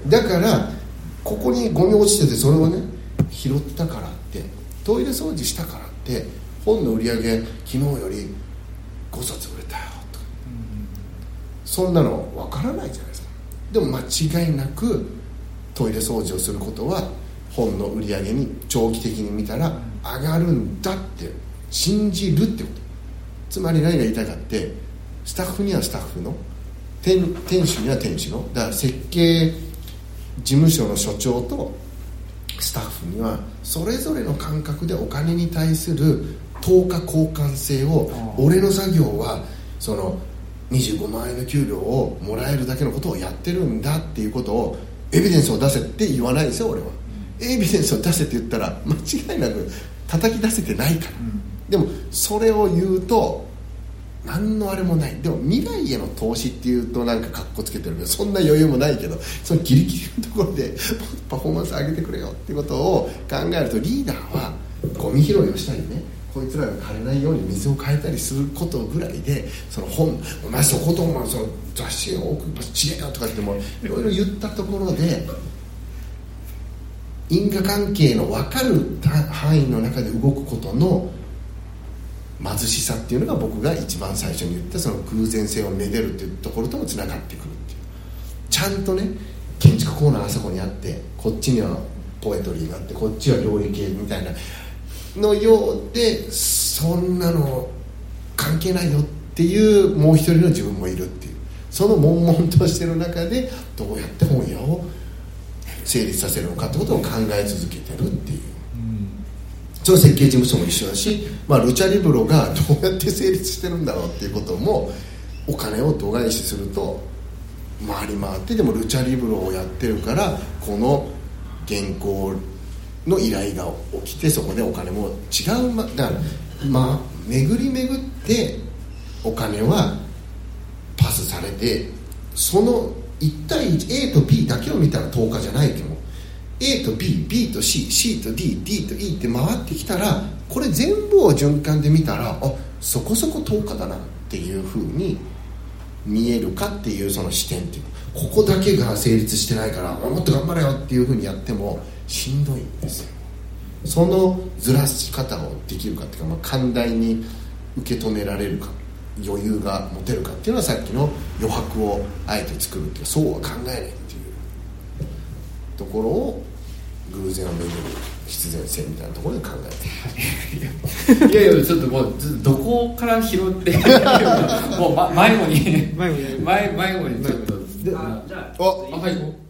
だからここにゴミ落ちててそれをね拾ったからって、トイレ掃除したからって本の売り上げ昨日より5冊売れたよとか、そんなの分からないじゃないですか。でも間違いなくトイレ掃除をすることは本の売り上げに長期的に見たら上がるんだって信じるってこと。つまり何が言いたいかって、スタッフにはスタッフの、店主には店主の、だから設計事務所の所長とスタッフにはそれぞれの感覚でお金に対する等価交換性を、俺の作業はその25万円の給料をもらえるだけのことをやってるんだっていうことをエビデンスを出せって言わないですよ俺は。エビデンスを出せって言ったら間違いなく叩き出せてないから、でもそれを言うと何のあれもない。でも未来への投資っていうとなんかカッコつけてるけど、そんな余裕もないけど、そのギリギリのところでパフォーマンス上げてくれよっていうことを考えると、リーダーはゴミ拾いをしたりね、こいつらが枯れないように水を変えたりすることぐらいで、その本お前そことお前その雑誌を置く場所違えよとかってもいろいろ言ったところで、因果関係の分かる範囲の中で動くことの貧しさっていうのが、僕が一番最初に言ったその偶然性をめでるっていうところともつながってくるっていう。ちゃんとね建築コーナーあそこにあって、こっちにはポエトリーがあって、こっちは料理系みたいなのようで、そんなの関係ないよっていうもう一人の自分もいるっていう、その悶々としてる中でどうやって本屋を成立させるのかってことを考え続けてるっていう、その設計事務所も一緒だし、ルチャリブロがどうやって成立してるんだろうっていうことも、お金を度外視すると回り回って、でもルチャリブロをやってるからこの原稿の依頼が起きて、そこでお金も違う、だから巡り巡ってお金はパスされて、その1対1 A と B だけを見たら10日じゃないけど、A と B、B と C、C と D、D と E って回ってきたら、これ全部を循環で見たら、そこそこ10日だなっていう風に見えるかっていう、その視点っていう、ここだけが成立してないからもっと頑張れよっていう風にやってもしんどいんですよ。そのずらし方をできるかっていうか、寛大に受け止められるか、 余裕が持てるかっていうのはさっきの余白をあえて作るっていうそうは考えないっていうところを偶然をめぐる必然性みたいなところで考えていやちょっともうどこから拾ってもう迷子にちょっとでじゃあはい